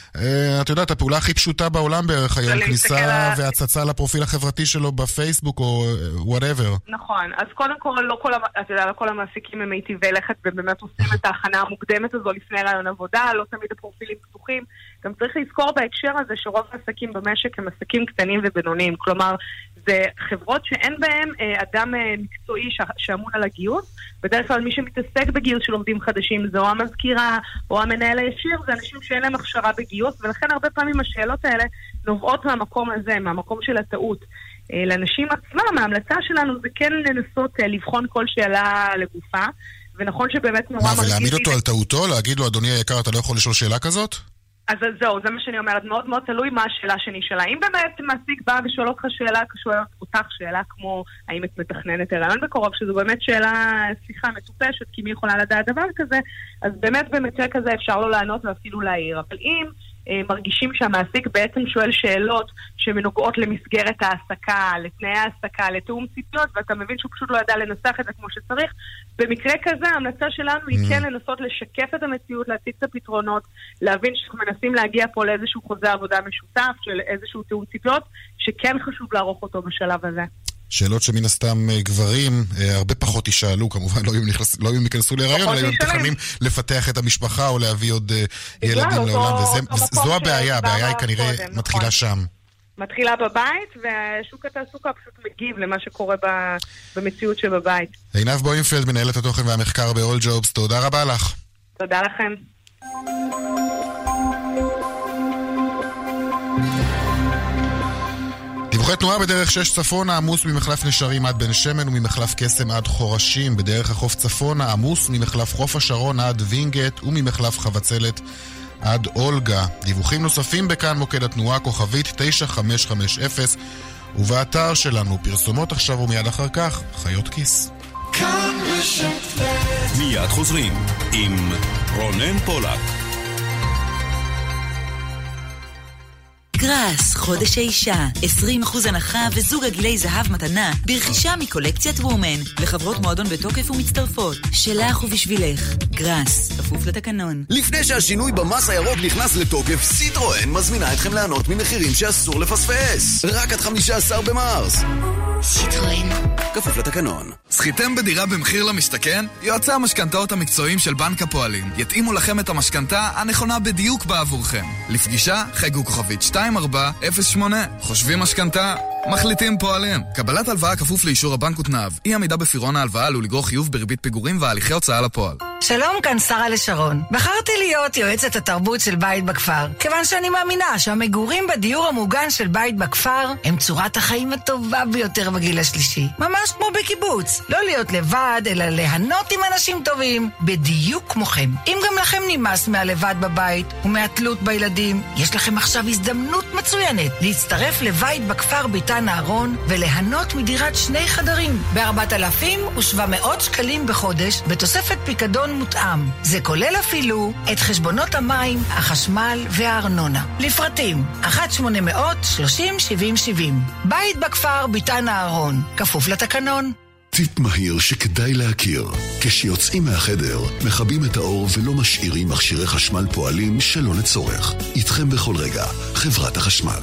את יודעת, הפעולה הכי פשוטה בעולם בערך היום, כניסה והצצה לפרופיל החברתי שלו בפייסבוק או whatever. נכון, אז קודם כל, לא כל, אתה יודע, לא כל המעסיקים הם מיטיבי לכת ובאמת עושים את ההכנה המוקדמת הזו לפני רעיון עבודה, לא תמיד הפרופילים פתוחים. גם צריך לזכור בהקשר הזה שרוב העסקים במשק הם עסקים קטנים ובינוניים, כלומר, זה חברות שאין בהם אה, אדם אה, מקצועי שאמון על הגיוס. בדרך כלל מי שמתעסק בגיוס של עובדים חדשים זה או המזכירה או המנהל הישיר, זה אנשים שאין להם הכשרה בגיוס, ולכן הרבה פעמים השאלות האלה נובעות מהמקום הזה, מהמקום של הטעות. אה, לאנשים עצמם, ההמלצה שלנו זה כן לנסות אה, לבחון כל שאלה לגופה, ונכון שבאמת נורא מרגיש... מה, ולהעמיד אותו על טעותו? להגיד לו, אדוני היקר, אתה לא יכול לשאול שאלה כזאת? אז זהו, זה מה שאני אומרת, מאוד מאוד תלוי מה השאלה שנשאלה. אם באמת מעסיק בא ושואל אותך שאלה, שואל אותך שאלה כמו האם את מתכננת הריון בקרוב, שזו באמת שאלה, סליחה, מטופשת, כי מי יכולה לדעת דבר כזה, אז באמת במקרה כזה אפשר לא לענות ואפילו להעיר. אבל אם אה, מרגישים שהמעסיק בעצם שואל שאלות שמנוגעות למסגרת העסקה, לתנאי העסקה, לתאום ציפיות, ואתה מבין שהוא פשוט לא ידע לנסח את זה כמו שצריך, במקרה כזה ההמלצה שלנו היא כן לנסות לשקף את המציאות, להציג את הפתרונות, להבין שאנחנו מנסים להגיע פה לאיזשהו חוזה עבודה משותף, של איזשהו תאום ציפיות, שכן חשוב לערוך אותו בשלב הזה. שאלות שמן הסתם גברים הרבה פחות ישאלו, כמובן לא אם ייכנסו להיריון, אלא אם מתכננים לפתח את המשפחה או להביא עוד ילדים לעולם, וזו הבעיה, הבעיה היא כנראה מתחילה שם. מתחילה בבית, והשוק התעסוקה פשוט מגיב למה שקורה במציאות שבבית. עינב בוימפלד, מנהלת התוכן והמחקר ב-All Jobs, תודה רבה לך. תודה לכם. דיווחי תנועה בדרך שש צפונה, עמוס ממחלף נשרים עד בן שמן וממחלף קסם עד חורשים. בדרך החוף צפונה, עמוס ממחלף חוף השרון עד וינגט וממחלף חבצלת עד אולגה. דיווחים נוספים בכאן מוקד התנועה כוכבית תשע חמש חמש אפס, ובאתר שלנו פרסומות עכשיו ומיד אחר כך חיות כיס. מיד חוזרים עם רונן פולק. גראס, חודש האישה, עשרים אחוז הנחה וזוג עגלי זהב מתנה ברכישה מקולקציית וומן לחברות מועדון בתוקף ומצטרפות. שלך ובשבילך, גראס, כפוף לתקנון. לפני שהשינוי במס הירוק נכנס לתוקף, סיטרואן מזמינה אתכם לענות ממחירים שאסור לפספס. רק עד חמישה עשר במרס. סיטרואן, כפוף לתקנון. זכיתם בדירה במחיר למשתכן? יועצי המשכנתאות המקצועיים של בנק הפועלים יתאימו לכם את המשכנתה הנכונה בדיוק בעבורכם. לפגישה, חייגו כוכבית שתיים ארבע אפס שמונה. חושבים משכנתה? מחליטים פועלים. קבלת הלוואה כפוף לאישור הבנק ותנאיו. אי עמידה בפירעון ההלוואה עלול לגרור חיוב בריבית פיגורים והליכי הוצאה לפועל. שלום, כאן שרה לשרון. בחרתי להיות יועצת התרבות של בית בכפר, כיוון שאני מאמינה שהמגורים בדיור המוגן של בית בכפר הם צורת החיים הטובה ביותר בגיל השלישי. ממש כמו בקיבוץ. לא להיות לבד, אלא ליהנות עם אנשים טובים, בדיוק כמוכם. אם גם לכם נמאס מהלבד בבית ומהתלות בילדים, יש לכם עכשיו הזדמנות מצוינת להצטרף לבית בכפר ביתן אהרון וליהנות מדירת שני חדרים ב-ארבעת אלפים ושבע מאות שקלים בחודש בתוספת פיקדון מותאם. זה כולל אפילו את חשבונות המים, החשמל והארנונה. לפרטים אחת שמונה אפס אפס שלושים שבעים שבעים. בית בכפר ביתן אהרון, כפוף לתקנון. טיפ מהיר שכדאי להכיר. כשיוצאים מהחדר, מכבים את האור ולא משאירים מכשירי חשמל פועלים שלא לצורך. איתכם בכל רגע, חברת החשמל.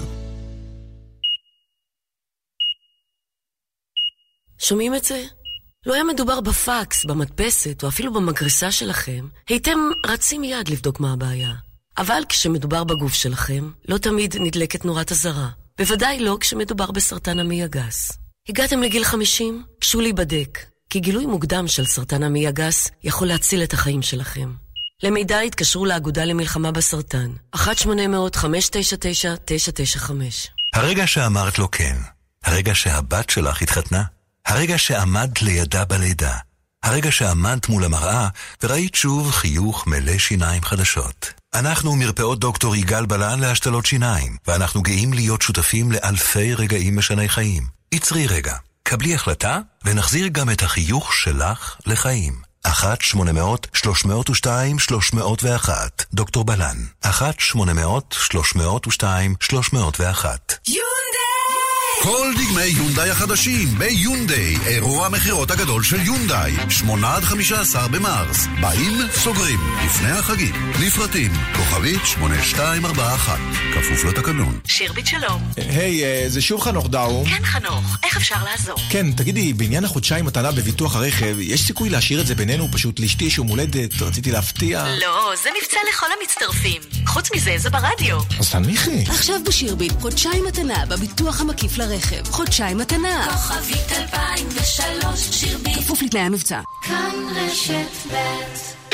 שומעים את זה? לא היה מדובר בפקס, במדפסת או אפילו במגרסה שלכם, הייתם רצים מיד לבדוק מה הבעיה. אבל כשמדובר בגוף שלכם, לא תמיד נדלקת נורת הזרה. בוודאי לא כשמדובר בסרטן המעי הגס. הגעתם לגיל חמישים? קשו להיבדק, כי גילוי מוקדם של סרטן המעי הגס יכול להציל את החיים שלכם. למידע התקשרו לאגודה למלחמה בסרטן, אחת שמונה אפס אפס חמש תשע תשע תשע תשע חמש. הרגע שאמרת לו כן, הרגע שהבת שלך התחתנה, הרגע שעמדת לידה בלידה, הרגע שעמדת מול המראה וראית שוב חיוך מלא שיניים חדשות. אנחנו מרפאות דוקטור יגאל בלן להשתלות שיניים, ואנחנו גאים להיות שותפים לאלפי רגעים משני חיים. יצרי רגע, קבלי החלטה ונחזיר גם את החיוך שלך לחיים. אחת שמונה מאות שלוש מאות ושתיים שלוש מאות ואחת דוקטור בלן. אחת שמונה מאות שלוש מאות ושתיים שלוש מאות ואחת. כל דגמי יונדאי החדשים ביונדאי, אירוע המחירות הגדול של יונדאי, שמונה עד חמישה עשר במרס. באים, סוגרים, לפני החגים. לפרטים, כוכבית שמונה שתיים ארבע אחת, כפוף לתקנון. שירבית שלום. היי, זה שוב חנוך דאום. כן חנוך, איך אפשר לעזור? כן, תגידי, בעניין החודשיים מתנה בביטוח הרכב, יש סיכוי להשאיר את זה בינינו? פשוט לאשתי יש יום הולדת, רציתי להפתיע. לא, זה מבצע לכל המצטרפים. חוץ מזה, זה ברדיו. אז תנמיכי. עכשיו בשירבית, חודשיים מתנה בביטוח המקיף לרכב. חודשיים מתנה. כוכבית אלפיים ושלוש שירבית. כפוף לתנאי המבצע. כאן רשת ב'.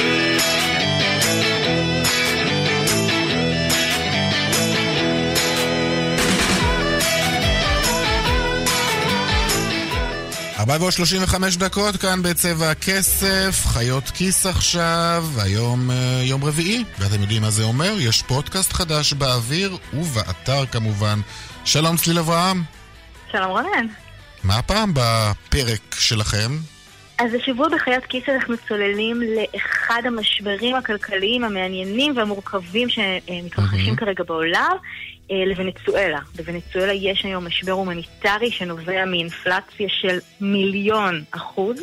ארבע ועוד שלושים וחמש דקות כאן בצבע הכסף, חיות כיס עכשיו, היום יום רביעי, ואתם יודעים מה זה אומר? יש פודקאסט חדש באוויר ובאתר כמובן. שלום צליל אברהם. שלום רונן. מה הפעם בפרק שלכם? אז השבוע בחיות כיס אנחנו צוללים לאחד המשברים הכלכליים המעניינים והמורכבים שמתרחשים mm-hmm. כרגע בעולם, לוונצואלה. בוונצואלה יש היום משבר הומניטרי שנובע מאינפלציה של מיליון אחוז,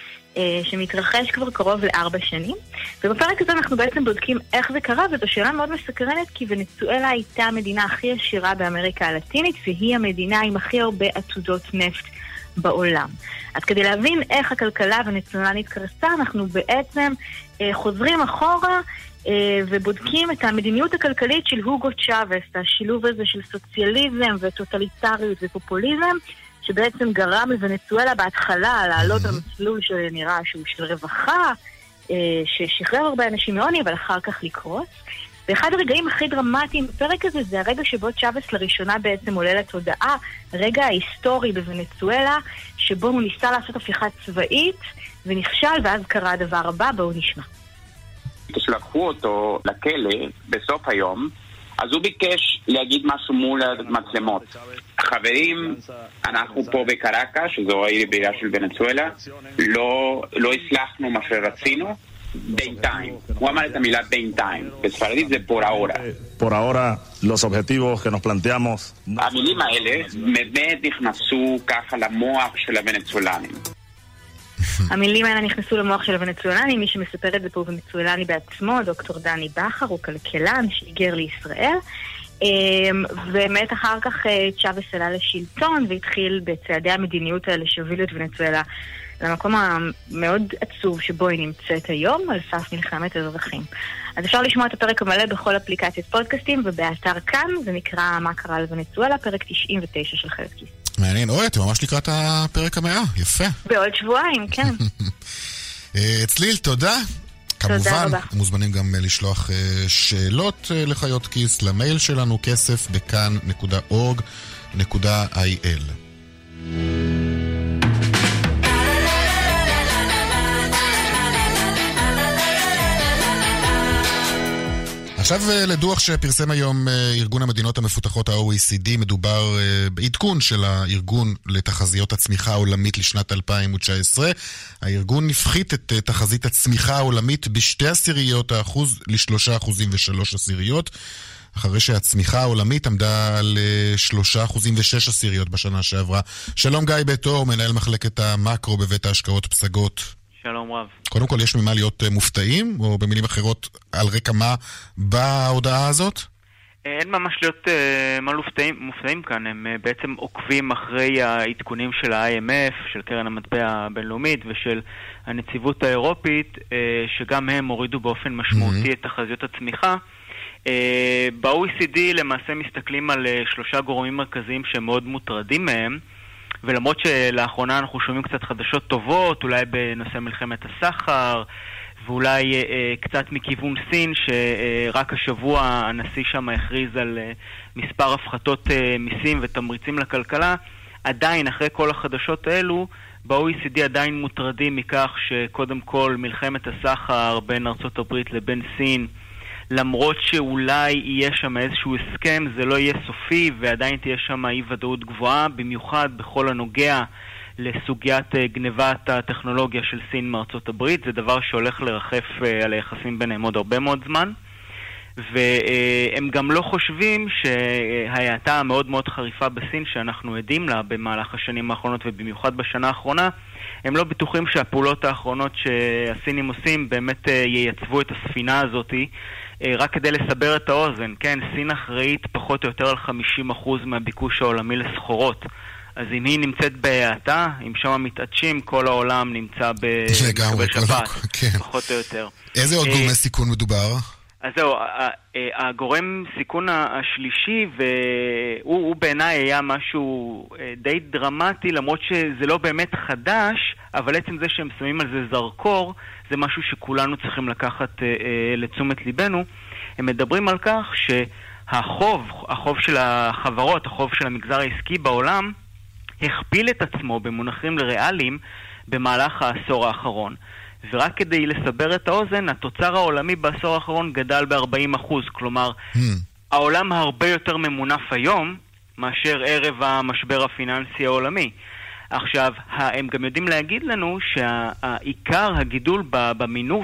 שמתרחש כבר קרוב לארבע שנים. ובפרק הזה אנחנו בעצם בודקים איך זה קרה, וזו שאלה מאוד מסקרנת, כי ונצואלה הייתה המדינה הכי עשירה באמריקה הלטינית, והיא המדינה עם הכי הרבה עתודות נפט בעולם. אז כדי להבין איך הכלכלה הוונצואלנית קרסה, אנחנו בעצם אה, חוזרים אחורה אה, ובודקים את המדיניות הכלכלית של הוגו צ'אבס, השילוב הזה של סוציאליזם וטוטליטריות ופופוליזם, שבעצם גרם לוונצואלה בהתחלה לעלות על מסלול שנראה שהוא של רווחה, ששחרר הרבה אנשים מעוני, אבל אחר כך לקרוס. ואחד הרגעים הכי דרמטיים בפרק הזה זה הרגע שבו צ'אבס לראשונה בעצם עולה לתודעה, רגע ההיסטורי בוונצואלה, שבו הוא ניסה לעשות הפיכה צבאית ונכשל, ואז קרה הדבר הבא, בואו נשמע. כשלקחו אותו לכלא בסוף היום, אז הוא ביקש להגיד משהו מול המצלמות. חברים, אנחנו פה בקרקה, שזו העיר הבירה של ונצואלה, לא, לא הצלחנו מה שרצינו, בינתיים. הוא אמר את המילה בינתיים. בספרדית זה por ahora. Por ahora, los objetivos que nos planteamos... המילים האלה באמת נכנסו ככה למוח של הוונצואלנים. המילים האלה נכנסו למוח של הוונצואלני, מי שמספר את זה פה ונצואלני בעצמו, דוקטור דני בכר, הוא כלכלן שהיגר לישראל, ובאמת אחר כך צ'אבס עלה לשלטון והתחיל בצעדי המדיניות האלה שהובילו את ונצואלה למקום המאוד עצוב שבו היא נמצאת היום, על סף מלחמת האזרחים. אז אפשר לשמוע את הפרק המלא בכל אפליקציית פודקאסטים, ובאתר כאן זה נקרא מה קרה לוונצואלה, פרק תשעים ותשע של חיות כיס. מעניין, אוי, אתם ממש לקראת הפרק המאה, יפה. בעוד שבועיים, כן. צליל, תודה. כמובן, מוזמנים גם לשלוח שאלות לחיות כיס למייל שלנו, כסף בכאן נקודה אורג נקודה איי אל. עכשיו לדוח שפרסם היום ארגון המדינות המפותחות ה-או אי סי די, מדובר בעדכון של הארגון לתחזיות הצמיחה העולמית לשנת אלפיים תשע עשרה. הארגון הפחית את תחזית הצמיחה העולמית בשתי עשיריות האחוז לשלושה אחוזים ושלוש עשיריות, אחרי שהצמיחה העולמית עמדה על שלושה אחוזים ושש עשיריות בשנה שעברה. שלום גיא בית אור, מנהל מחלקת המקרו בבית ההשקעות פסגות. שלום רב. קודם כל, יש ממה להיות מופתעים, או במילים אחרות, על רקע מה בהודעה הזאת? אין ממש להיות uh, מה מופתעים, מופתעים כאן. הם uh, בעצם עוקבים אחרי העדכונים של ה-איי אם אף, של קרן המטבע הבינלאומית, ושל הנציבות האירופית, uh, שגם הם הורידו באופן משמעותי mm-hmm. את תחזיות הצמיחה. Uh, ב-או אי סי די למעשה מסתכלים על uh, שלושה גורמים מרכזיים שהם מאוד מוטרדים מהם, ולמרות שלאחרונה אנחנו שומעים קצת חדשות טובות, אולי בנושא מלחמת הסחר, ואולי אה, קצת מכיוון סין, שרק השבוע הנשיא שם הכריז על אה, מספר הפחתות אה, מיסים ותמריצים לכלכלה, עדיין אחרי כל החדשות האלו, ב-או אי סי די עדיין מוטרדים מכך שקודם כל מלחמת הסחר בין ארצות הברית לבין סין, למרות שאולי יהיה שם איזשהו הסכם, זה לא יהיה סופי ועדיין תהיה שם אי ודאות גבוהה, במיוחד בכל הנוגע לסוגיית גנבת הטכנולוגיה של סין מארצות הברית. זה דבר שהולך לרחף על היחסים ביניהם עוד הרבה מאוד זמן. והם גם לא חושבים שההאטה המאוד מאוד חריפה בסין שאנחנו עדים לה במהלך השנים האחרונות ובמיוחד בשנה האחרונה, הם לא בטוחים שהפעולות האחרונות שהסינים עושים באמת ייצבו את הספינה הזאת. רק כדי לסבר את האוזן, כן, סין אחראית פחות או יותר על חמישים אחוז מהביקוש העולמי לסחורות. אז אם היא נמצאת בהאטה, אם שם מתעדשים, כל העולם נמצא בקבל שפעת, כן. פחות או יותר. איזה עוד גורמי סיכון מדובר? אז זהו, הגורם סיכון השלישי, והוא הוא בעיניי היה משהו די דרמטי, למרות שזה לא באמת חדש, אבל עצם זה שהם שמים על זה זרקור, זה משהו שכולנו צריכים לקחת לתשומת ליבנו. הם מדברים על כך שהחוב, החוב של החברות, החוב של המגזר העסקי בעולם, הכפיל את עצמו במונחים ריאליים במהלך העשור האחרון. ורק כדי לסבר את האוזן, התוצר העולמי בעשור האחרון גדל ב-ארבעים אחוז. כלומר, hmm. העולם הרבה יותר ממונף היום מאשר ערב המשבר הפיננסי העולמי. עכשיו, הם גם יודעים להגיד לנו שהעיקר הגידול במינוף,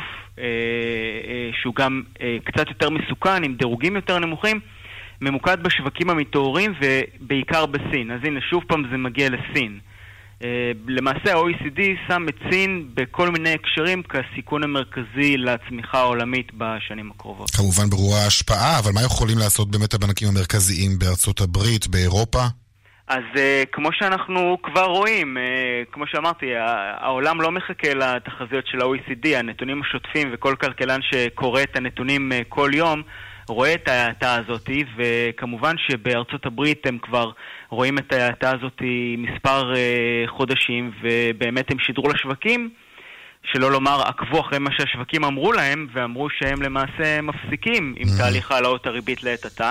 שהוא גם קצת יותר מסוכן, עם דירוגים יותר נמוכים, ממוקד בשווקים המתעוררים ובעיקר בסין. אז הנה, שוב פעם זה מגיע לסין. למעשה ה-או אי סי די שם את סין בכל מיני הקשרים כסיכון המרכזי לצמיחה העולמית בשנים הקרובות. כמובן ברורה ההשפעה, אבל מה יכולים לעשות באמת הבנקים המרכזיים בארצות הברית, באירופה? אז כמו שאנחנו כבר רואים, כמו שאמרתי, העולם לא מחכה לתחזיות של ה-או אי סי די, הנתונים השוטפים וכל כלכלן שקורא את הנתונים כל יום רואה את ההאטה הזאת, וכמובן שבארצות הברית הם כבר רואים את ההאטה הזאת מספר חודשים, ובאמת הם שידרו לשווקים, שלא לומר עקבו אחרי מה שהשווקים אמרו להם, ואמרו שהם למעשה מפסיקים עם תהליך העלאות הריבית לעת עתה.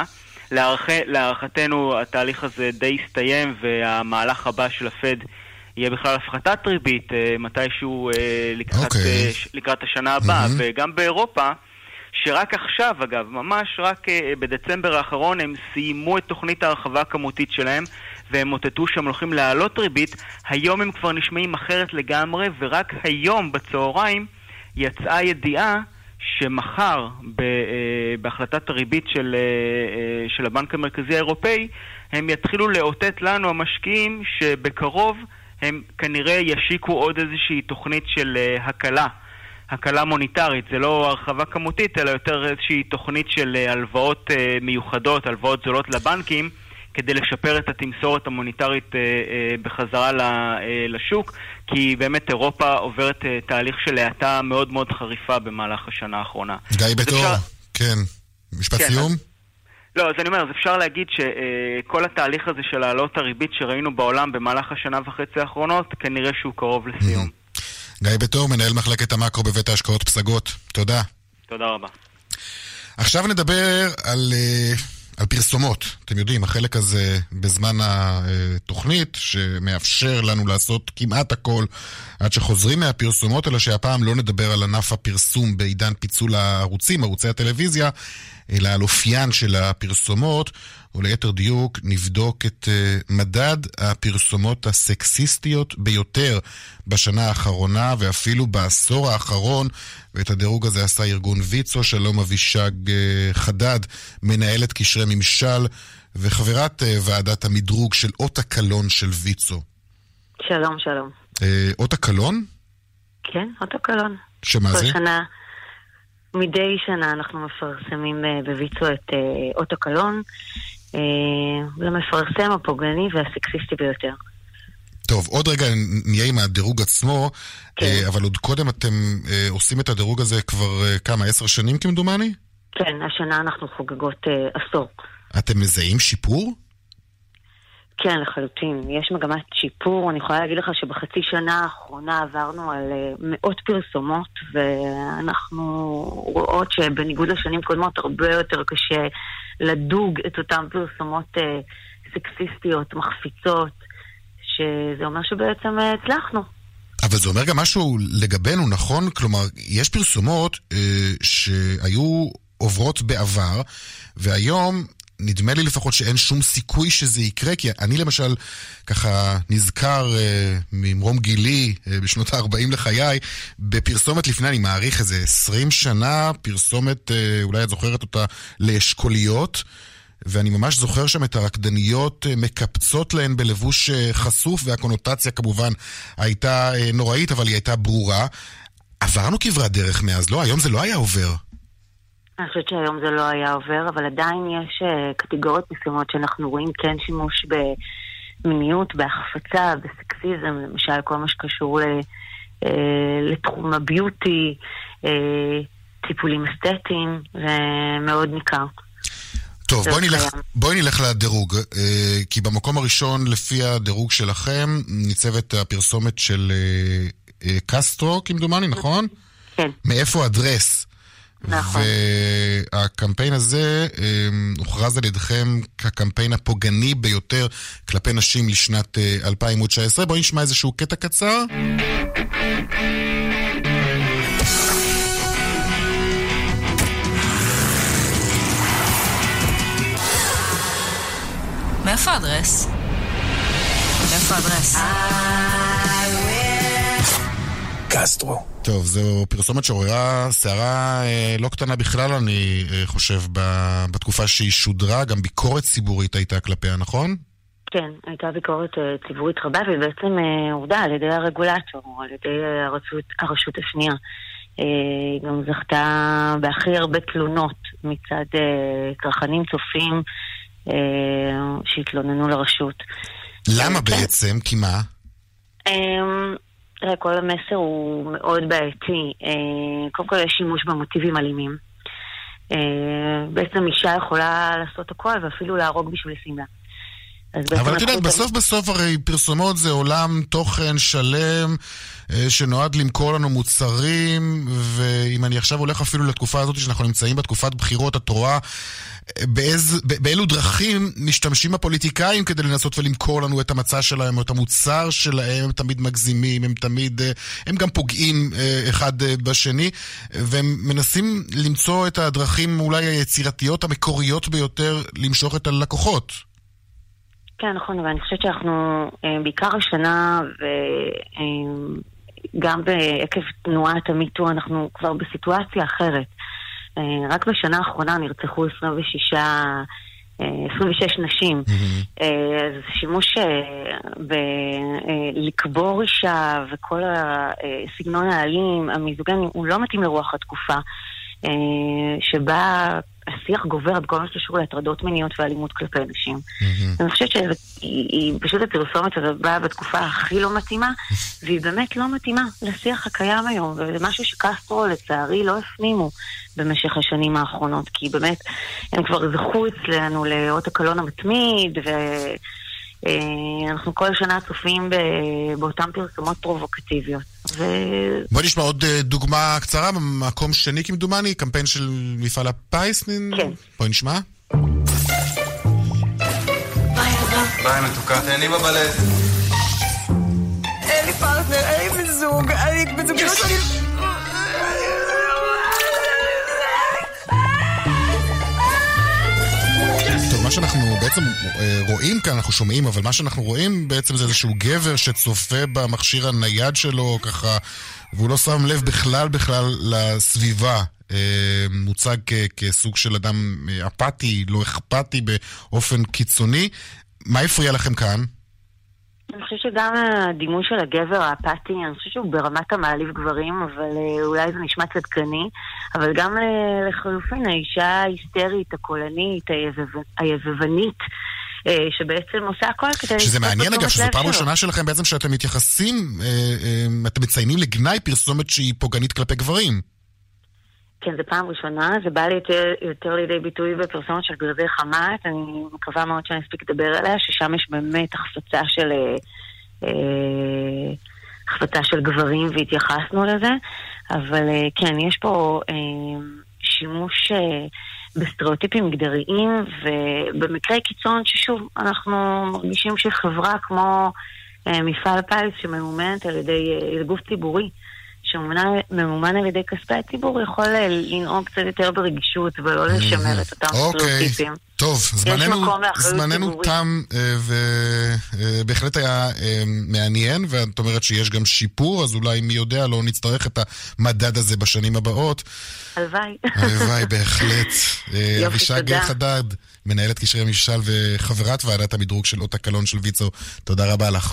להערכתנו התהליך הזה די הסתיים, והמהלך הבא של הפד יהיה בכלל הפחתת ריבית מתישהו לקראת, okay. לקראת השנה הבאה, mm-hmm. וגם באירופה, שרק עכשיו, אגב, ממש רק בדצמבר האחרון הם סיימו את תוכנית ההרחבה הכמותית שלהם, והם מוטטו שהם הולכים להעלות ריבית. היום הם כבר נשמעים אחרת לגמרי, ורק היום בצהריים יצאה ידיעה שמחר בהחלטת הריבית של, של הבנק המרכזי האירופאי, הם יתחילו לאותת לנו המשקיעים שבקרוב הם כנראה ישיקו עוד איזושהי תוכנית של הקלה. הקלה מוניטרית, זה לא הרחבה כמותית, אלא יותר איזושהי תוכנית של הלוואות מיוחדות, הלוואות זולות לבנקים, כדי לשפר את התמסורת המוניטרית בחזרה לשוק, כי באמת אירופה עוברת תהליך של האטה מאוד מאוד חריפה במהלך השנה האחרונה. גיא בתור, אפשר... כן. משפט כן, סיום? אז... לא, אז אני אומר, אז אפשר להגיד שכל התהליך הזה של העלות הריבית שראינו בעולם במהלך השנה וחצי האחרונות, כנראה שהוא קרוב לסיום. גיא בתור, מנהל מחלקת המקרו בבית ההשקעות פסגות. תודה. תודה רבה. עכשיו נדבר על, על פרסומות. אתם יודעים, החלק הזה בזמן התוכנית שמאפשר לנו לעשות כמעט הכל עד שחוזרים מהפרסומות, אלא שהפעם לא נדבר על ענף הפרסום בעידן פיצול הערוצים, ערוצי הטלוויזיה, אלא על אופיין של הפרסומות, או ליתר דיוק נבדוק את uh, מדד הפרסומות הסקסיסטיות ביותר בשנה האחרונה ואפילו בעשור האחרון, ואת הדירוג הזה עשה ארגון ויצו. שלום אבישג uh, חדד, מנהלת קשרי ממשל וחברת uh, ועדת המדרוג של אות הקלון של ויצו. שלום, שלום. Uh, אות הקלון? כן, אות הקלון. שמה זה? שנה, מדי שנה אנחנו מפרסמים uh, בויצו את uh, אות הקלון, למפרסם הפוגעני והסקסיסטי ביותר. טוב, עוד רגע נהיה עם הדירוג עצמו, כן. אבל עוד קודם אתם עושים את הדירוג הזה כבר כמה, עשר שנים כמדומני? כן, השנה אנחנו חוגגות עשור. אתם מזהים שיפור? כן, לחלוטין. יש מגמת שיפור. אני יכולה להגיד לך שבחצי שנה האחרונה עברנו על מאות פרסומות, ואנחנו רואות שבניגוד לשנים קודמות הרבה יותר קשה לדוג את אותם פרסומות אה, סקסיסטיות, מחפיצות, שזה אומר שבעצם הצלחנו. אבל זה אומר גם משהו לגבינו, נכון? כלומר, יש פרסומות אה, שהיו עוברות בעבר, והיום נדמה לי לפחות שאין שום סיכוי שזה יקרה, כי אני למשל ככה נזכר אה, ממרום גילי אה, בשנות ה-ארבעים לחיי, בפרסומת לפני, אני מעריך איזה עשרים שנה, פרסומת, אה, אולי את זוכרת אותה, לאשכוליות, ואני ממש זוכר שם את הרקדניות מקפצות להן בלבוש חשוף, והקונוטציה כמובן הייתה נוראית, אבל היא הייתה ברורה. עברנו כברת דרך מאז, לא? היום זה לא היה עובר. אני חושבת שהיום זה לא היה עובר, אבל עדיין יש קטגוריות מסוימות שאנחנו רואים כן שימוש במיניות, בהחפצה, בסקסיזם, למשל כל מה שקשור לתחום הביוטי, טיפולים אסתטיים, ומאוד ניכר. טוב, בואי נלך, בואי נלך לדירוג, כי במקום הראשון לפי הדירוג שלכם ניצבת הפרסומת של קסטרו, כמדומני, נכון? כן. מאיפה אדרס? נכון. והקמפיין הזה הוכרז על ידכם כקמפיין הפוגעני ביותר כלפי נשים לשנת אלפיים תשע עשרה. בואי נשמע איזשהו קטע קצר. מאיפה האדרס? מאיפה האדרס? קסטרו. טוב, זו פרסומת שעוררה שערה אה, לא קטנה בכלל, אני אה, חושב, ב- בתקופה שהיא שודרה, גם ביקורת ציבורית הייתה כלפיה, נכון? כן, הייתה ביקורת אה, ציבורית רבה, ובעצם אה, עובדה על ידי הרגולטור, על ידי אה, הרשות, הרשות השנייה. היא אה, גם זכתה בהכי הרבה תלונות מצד אה, צרכנים צופים, שהתלוננו לרשות. למה בעצם? כי מה? תראה, כל המסר הוא מאוד בעייתי. קודם כל יש שימוש במוטיבים אלימים. בעצם אישה יכולה לעשות הכל ואפילו להרוג בשביל שמלה. אבל את יודעת, בסוף בסוף הרי פרסומות זה עולם תוכן שלם שנועד למכור לנו מוצרים, ואם אני עכשיו הולך אפילו לתקופה הזאת שאנחנו נמצאים בתקופת בחירות, את רואה באיז, באילו דרכים משתמשים הפוליטיקאים כדי לנסות ולמכור לנו את המצע שלהם או את המוצר שלהם. הם תמיד מגזימים, הם תמיד, הם גם פוגעים אחד בשני, והם מנסים למצוא את הדרכים אולי היצירתיות המקוריות ביותר למשוך את הלקוחות. כן, נכון, אבל אני חושבת שאנחנו בעיקר השנה וגם בעקב תנועת המיטו אנחנו כבר בסיטואציה אחרת. רק בשנה האחרונה נרצחו עשרים ושש נשים. אז שימוש בלקבור אישה וכל הסגנון האלים, המיזוגני, הוא לא מתאים לרוח התקופה שבה השיח גובר בכל מה שקשור להטרדות מיניות ואלימות כלפי נשים. אני חושבת שהיא פשוט הפרסומת הזאת באה בתקופה הכי לא מתאימה, והיא באמת לא מתאימה לשיח הקיים היום, וזה משהו שקסטרו לצערי לא הפנימו במשך השנים האחרונות, כי באמת הם כבר זכו אצלנו לאות הקלון המתמיד, ואנחנו כל שנה צופים באותן פרסומות פרובוקטיביות. בוא נשמע עוד דוגמה קצרה, במקום שני כמדומני, קמפיין של מפעל הפיס. כן. בוא נשמע. ביי מתוקה, תהני בבלט. אין לי פרטנר, אין לי בזוג, אני בזוגיות שלי... מה שאנחנו בעצם רואים כאן, אנחנו שומעים, אבל מה שאנחנו רואים בעצם זה איזשהו גבר שצופה במכשיר הנייד שלו ככה, והוא לא שם לב בכלל בכלל לסביבה. מוצג כסוג של אדם אפאתי, לא אכפתי באופן קיצוני. מה הפריע לכם כאן? אני חושבת שגם הדימוי של הגבר האפאתי, אני חושבת שהוא ברמת המעליב גברים, אבל אולי זה נשמע צדקני, אבל גם לחלופין, האישה ההיסטרית, הקולנית, היבבנית, שבעצם עושה הכל כדי... שזה מעניין אגב, שזו פעם ראשונה שלכם בעצם שאתם מתייחסים, אתם מציינים לגנאי פרסומת שהיא פוגענית כלפי גברים. כן, זו פעם ראשונה, זה בא לי יותר, יותר לידי ביטוי בפרסומת של גרזי חמת, אני מקווה מאוד שאני אספיק לדבר עליה, ששם יש באמת החפצה של, אה, החפצה של גברים והתייחסנו לזה, אבל אה, כן, יש פה אה, שימוש אה, בסטריאוטיפים מגדריים, ובמקרי קיצון ששוב, אנחנו מרגישים שחברה כמו מפעל פיס שממומנת על ידי גוף ציבורי, שממומן על ידי כספי הציבור, יכול לנהוג קצת יותר ברגישות ולא לשמר את אותם סטריאוטיפים. טוב, זמננו תם ובהחלט היה מעניין, ואת אומרת שיש גם שיפור, אז אולי מי יודע לא נצטרך את המדד הזה בשנים הבאות. הלוואי. הלוואי, בהחלט. אבישג חדד, מנהלת קשרי ממשל וחברת ועדת המדרוג של אות הקלון של ויצו, תודה רבה לך.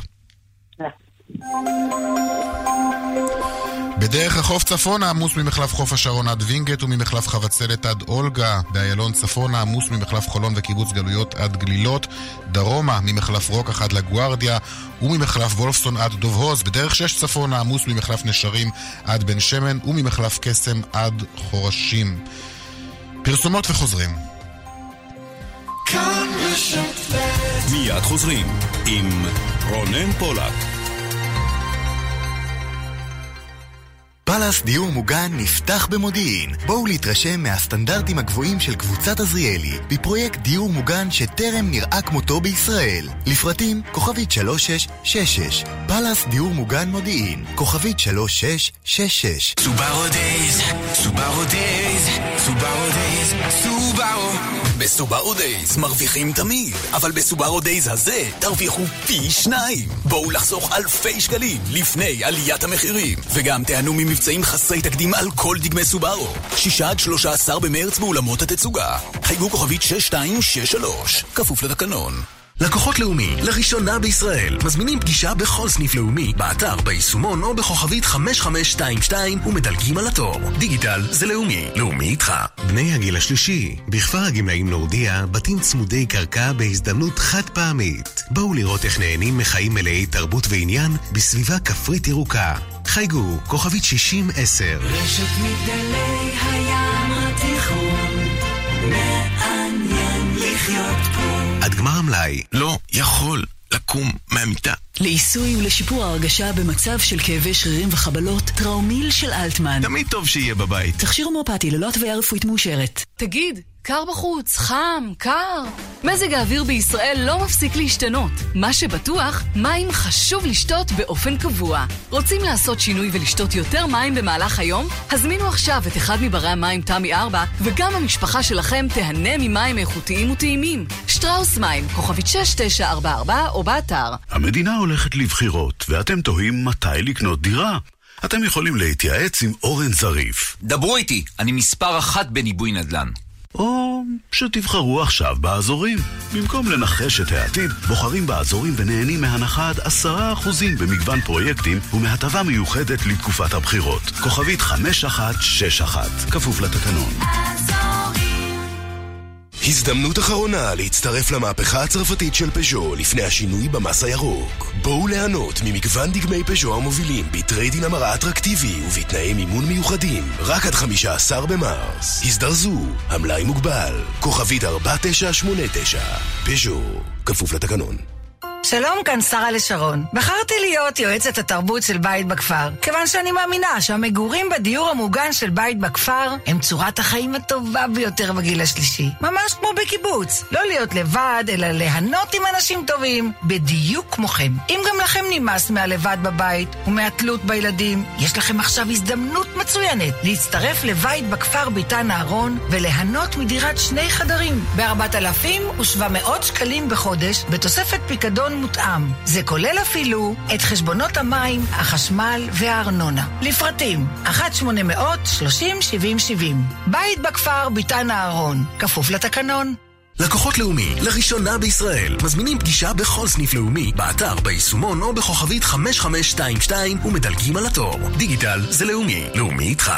בדרך החוף צפונה עמוס ממחלף חוף השרון עד וינגט וממחלף חבצלת עד אולגה. באיילון צפונה עמוס ממחלף חולון וקיבוץ גלויות עד גלילות. דרומה ממחלף רוקח עד לגוארדיה וממחלף וולפסון עד דוב הוז. בדרך שש צפונה עמוס ממחלף נשרים עד בן שמן וממחלף קסם עד חורשים. פרסומות וחוזרים. מיד חוזרים עם רונן פולק. פלאס דיור מוגן נפתח במודיעין. בואו להתרשם מהסטנדרטים הגבוהים של קבוצת עזריאלי בפרויקט דיור מוגן שטרם נראה כמותו בישראל. לפרטים כוכבית שלוש שש שש שש. פלאס דיור מוגן מודיעין כוכבית שלוש שש שש שש. סובארו דייז, סובארו דייז, סובארו דייז, סובארו. בסובארו דייז מרוויחים תמיד, אבל בסובארו דייז הזה תרוויחו פי שניים. בואו לחסוך אלפי שקלים לפני עליית המחירים, וגם תיהנו ממבצעים חסרי תקדים על כל דגמי סובארו. שישה עד שלושה עשר במרץ באולמות התצוגה. חייגו כוכבית שש שתיים שש שלוש, כפוף לתקנון. לקוחות לאומי, לראשונה בישראל, מזמינים פגישה בכל סניף לאומי, באתר, ביישומון או בכוכבית חמש חמש שתיים שתיים ומדלגים על התור. דיגיטל זה לאומי, לאומי איתך. בני הגיל השלישי, בכפר הגמלאים נורדיה, בתים צמודי קרקע בהזדמנות חד פעמית. בואו לראות איך נהנים מחיים מלאי תרבות ועניין בסביבה כפרית ירוקה. חייגו, כוכבית שישים עשר. רשת מגדלי הים התיכון, מעניין לחיות פה. עד גמר המלאי. לא יכול לקום מהמיטה. לעיסוי ולשיפור ההרגשה במצב של כאבי שרירים וחבלות, טראומיל של אלטמן. תמיד טוב שיהיה בבית. תכשיר הומאופתי ללא התוויה רפואית מאושרת. תגיד, קר בחוץ, חם, קר. מזג האוויר בישראל לא מפסיק להשתנות. מה שבטוח, מים חשוב לשתות באופן קבוע. רוצים לעשות שינוי ולשתות יותר מים במהלך היום? הזמינו עכשיו את אחד מברי המים תמי ארבע, וגם המשפחה שלכם תהנה ממים איכותיים וטעימים. שטראוס מים, כוכבית שש תשע ארבע ארבע או באתר. המדינה הולכת לבחירות, ואתם תוהים מתי לקנות דירה. אתם יכולים להתייעץ עם אורן זריף. דברו איתי, אני מספר אחת בניבוי נדל"ן. או שתבחרו עכשיו באזורים. במקום לנחש את העתיד, בוחרים באזורים ונהנים מהנחה עד עשרה אחוזים במגוון פרויקטים ומהטבה מיוחדת לתקופת הבחירות. כוכבית חמש אחת שש אחת, כפוף לתקנון. הזדמנות אחרונה להצטרף למהפכה הצרפתית של פז'ו לפני השינוי במס הירוק. בואו ליהנות ממגוון דגמי פז'ו המובילים בטריידין המרה אטרקטיבי ובתנאי מימון מיוחדים רק עד חמישה עשר במרס. הזדרזו, המלאי מוגבל. כוכבית ארבע תשע שמונה תשע. פז'ו, כפוף לתקנון. שלום, כאן שרה לשרון. בחרתי להיות יועצת התרבות של בית בכפר, כיוון שאני מאמינה שהמגורים בדיור המוגן של בית בכפר הם צורת החיים הטובה ביותר בגיל השלישי. ממש כמו בקיבוץ. לא להיות לבד, אלא ליהנות עם אנשים טובים, בדיוק כמוכם. אם גם לכם נמאס מהלבד בבית ומהתלות בילדים, יש לכם עכשיו הזדמנות מצוינת להצטרף לבית בכפר ביתן אהרון וליהנות מדירת שני חדרים ב-ארבעת אלפים ושבע מאות שקלים בחודש, בתוספת פיקדון מותאם. זה כולל אפילו את חשבונות המים, החשמל והארנונה. לפרטים אחת שמונה אפס אפס שלושים שבעים שבעים. בית בכפר ביתן אהרון, כפוף לתקנון. לקוחות לאומי, לראשונה בישראל, מזמינים פגישה בכל סניף לאומי, באתר, ביישומון או בכוכבית חמש חמש שתיים שתיים ומדלגים על התור. דיגיטל זה לאומי, לאומי איתך.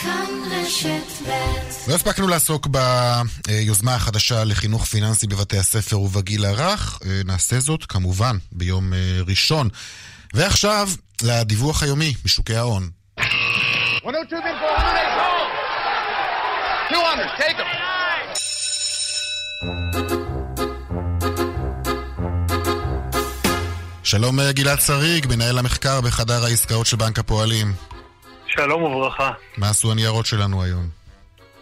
לא הספקנו לעסוק ביוזמה החדשה לחינוך פיננסי בבתי הספר ובגיל הרך. נעשה זאת כמובן ביום ראשון. ועכשיו לדיווח היומי משוקי ההון. שלום גלעד שריג, מנהל המחקר בחדר העסקאות של בנק הפועלים. שלום וברכה. מה עשו הניירות שלנו היום?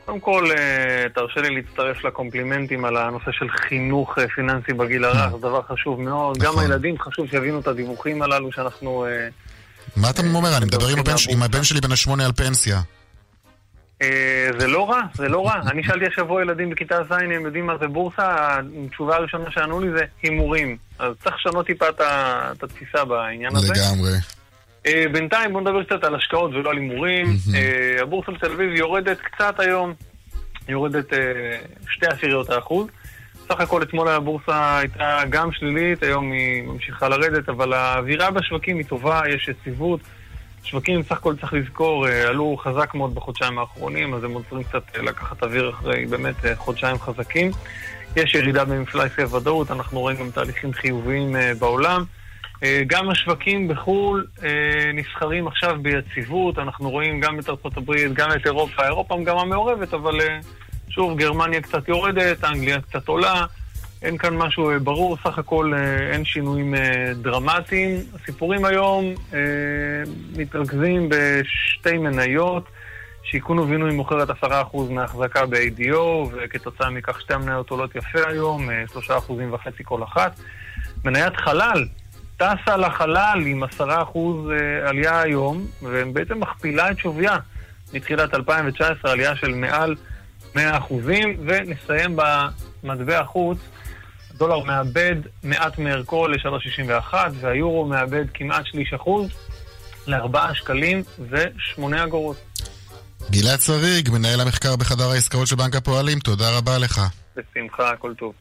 קודם כל, תרשה לי להצטרף לקומפלימנטים על הנושא של חינוך פיננסי בגיל הרך, זה דבר חשוב מאוד. גם הילדים חשוב שיבינו את הדיווחים הללו שאנחנו... מה אתה אומר? אני מדבר עם הבן שלי בן השמונה על פנסיה. זה לא רע, זה לא רע. אני שאלתי השבוע ילדים בכיתה ז' הם יודעים מה זה בורסה, התשובה הראשונה שענו לי זה הימורים. אז צריך לשנות טיפה את התפיסה בעניין הזה. לגמרי. בינתיים בוא נדבר קצת על השקעות ולא על הימורים. הבורסה בתל אביב יורדת קצת היום, יורדת שתי עשיריות האחוז. סך הכל אתמול הבורסה הייתה גם שלילית, היום היא ממשיכה לרדת, אבל האווירה בשווקים היא טובה, יש יציבות. שווקים סך הכל צריך לזכור, עלו חזק מאוד בחודשיים האחרונים, אז הם עוצרים קצת לקחת אוויר אחרי באמת חודשיים חזקים. יש ירידה במפלייסי ודאות, אנחנו רואים גם תהליכים חיוביים בעולם. גם השווקים בחול נסחרים עכשיו ביציבות, אנחנו רואים גם את ארצות הברית, גם את אירופה, אירופה גם המעורבת, אבל שוב, גרמניה קצת יורדת, אנגליה קצת עולה, אין כאן משהו ברור, סך הכל אין שינויים דרמטיים. הסיפורים היום מתרכזים בשתי מניות, שיכון ובינוי מוכרת עשרה אחוז מההחזקה ב-איי די או, וכתוצאה מכך שתי המניות עולות יפה היום, שלושה אחוזים וחצי כל אחת. מניית חלל, טסה לחלל עם עשרה אחוז עלייה היום, ובעצם מכפילה את שוויה מתחילת אלפיים תשע עשרה, עלייה של מעל מאה אחוזים, ונסיים במטבע החוץ, הדולר מאבד מעט מערכו ל-שלוש שישים ואחת, והיורו מאבד כמעט שליש אחוז ל-ארבעה שקלים ושמונה אגורות. גלעד שריג, מנהל המחקר בחדר העסקאות של בנק הפועלים, תודה רבה לך. בשמחה, הכל טוב.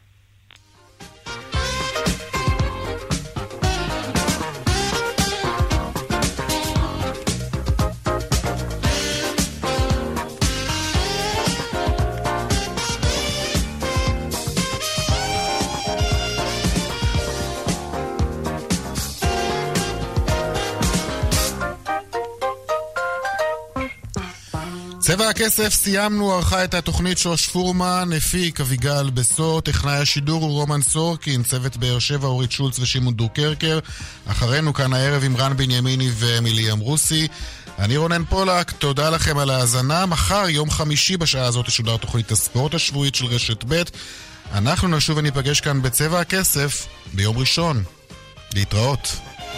צבע הכסף, סיימנו, ערכה את התוכנית שוש פורמן, הפיק אביגל בסו, טכנאי השידור הוא רומן סורקין, צוות באר שבע אורית שולץ ושימון דורקרקר, אחרינו כאן הערב עם רן בנימיני ואמילי אמרוסי. אני רונן פולק, תודה לכם על ההאזנה. מחר יום חמישי בשעה הזאת תשודר תוכנית הספורט השבועית של רשת ב'. אנחנו נשוב וניפגש כאן בצבע הכסף ביום ראשון. להתראות.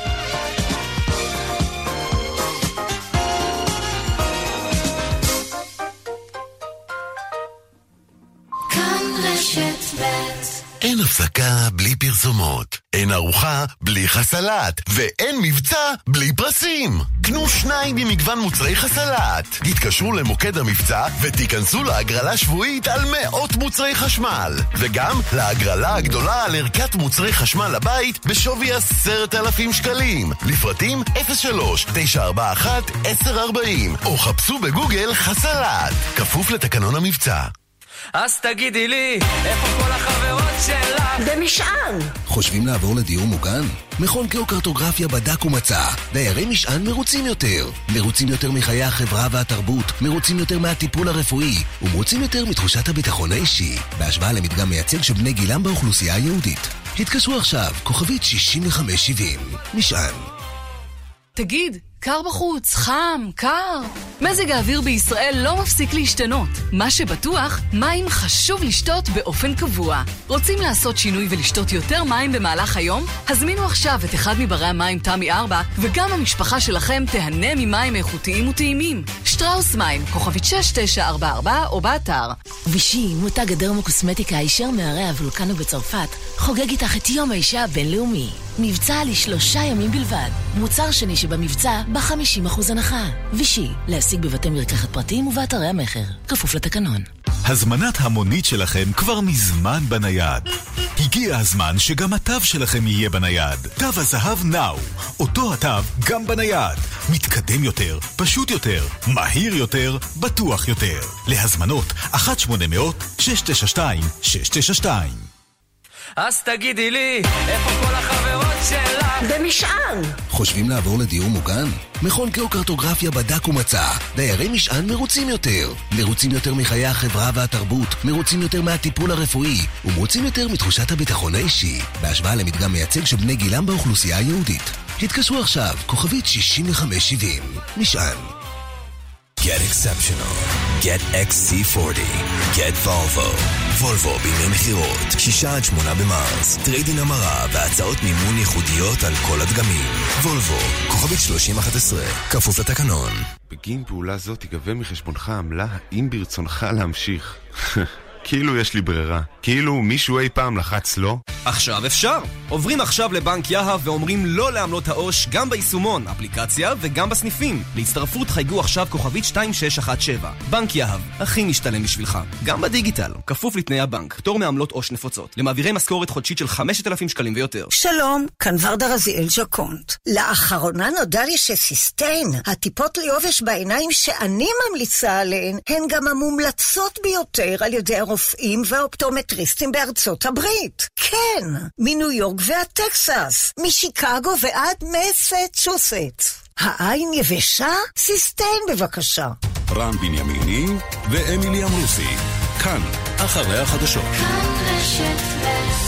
אין הפסקה בלי פרסומות, אין ארוחה בלי חסלת, ואין מבצע בלי פרסים. קנו שניים ממגוון מוצרי חסלת. התקשרו למוקד המבצע ותיכנסו להגרלה שבועית על מאות מוצרי חשמל. וגם להגרלה הגדולה על ערכת מוצרי חשמל לבית בשווי עשרת אלפים שקלים. לפרטים אפס שלוש תשע ארבע אחת עשר ארבעים או חפשו בגוגל חסלת. כפוף לתקנון המבצע. אז תגידי לי, איפה כל החברות שלך? במשען! חושבים לעבור לדיור מוגן? מכון גיאוקרטוגרפיה בדק ומצא. דיירי משען מרוצים יותר. מרוצים יותר מחיי החברה והתרבות, מרוצים יותר מהטיפול הרפואי, ומרוצים יותר מתחושת הביטחון האישי. בהשוואה למדגם מייצג של בני גילם באוכלוסייה היהודית. התקשרו עכשיו, כוכבית שישים וחמש שבעים. משען. תגיד, קר בחוץ, חם, קר. מזג האוויר בישראל לא מפסיק להשתנות. מה שבטוח, מים חשוב לשתות באופן קבוע. רוצים לעשות שינוי ולשתות יותר מים במהלך היום? הזמינו עכשיו את אחד מברי המים תמי ארבע, וגם המשפחה שלכם תהנה ממים איכותיים וטעימים. שטראוס מים, כוכבית שש תשע ארבע ארבע או באתר. וישי, מותג הדרמוקוסמטיקה הישר מהרי הוולקנו בצרפת, חוגג איתך את יום האישה הבינלאומי. מבצע לשלושה ימים בלבד. מוצר שני שבמבצע ב-חמישים אחוז הנחה. וישי, להשיג בבתי מרקחת פרטיים ובאתרי המחר. כפוף לתקנון. הזמנת המונית שלכם כבר מזמן בנייד. הגיע הזמן שגם התו שלכם יהיה בנייד. תו הזהב נאו. אותו התו גם בנייד. מתקדם יותר, פשוט יותר, מהיר יותר, בטוח יותר. להזמנות אחת שמונה אפס אפס שש תשע שתיים שש תשע שתיים. אז תגידי לי, איפה כל החברות שלך? במשען! חושבים לעבור לדיור מוגן? מכון גיאוקרטוגרפיה בדק ומצא. דיירי משען מרוצים יותר. מרוצים יותר מחיי החברה והתרבות, מרוצים יותר מהטיפול הרפואי, ומרוצים יותר מתחושת הביטחון האישי. בהשוואה למדגם מייצג של בני גילם באוכלוסייה היהודית. התקשרו עכשיו, כוכבית שישים וחמש שבעים. משען. Get exceptional. Get אקס סי ארבעים. Get Volvo. וולבו בימי מחירות, שישה עד שמונה במרס, טריידין המרה והצעות מימון ייחודיות על כל הדגמים. וולבו, כוכבית שלושים אחת עשרה, כפוף לתקנון. בגין פעולה זאת תיגבה מחשבונך עמלה, האם ברצונך להמשיך? כאילו יש לי ברירה. כאילו מישהו אי פעם לחץ לא? עכשיו אפשר. עוברים עכשיו לבנק יהב ואומרים לא לעמלות העו"ש גם ביישומון, אפליקציה וגם בסניפים. להצטרפות חייגו עכשיו כוכבית שתיים שש אחת שבע. בנק יהב, הכי משתלם בשבילך. גם בדיגיטל, כפוף לתנאי הבנק. פטור מעמלות עו"ש נפוצות. למעבירי משכורת חודשית של חמשת אלפים שקלים ויותר. שלום, כאן ורדה רזיאל ג'קונט. לאחרונה נודע לי שסיסטיין, הטיפות ליובש בעיניים שאני ממליצה עליהן, הן גם המומלצות ביותר על ידי הרופאים והאופטומטריסטים בארצות הברית. כן, מניו יורק ועד טקסס, משיקגו ועד מסצ'וסטס. העין יבשה? סיסטיין בבקשה. רן בנימיני ואמילי אמרוסי, כאן, אחרי החדשות. כאן רשת ב'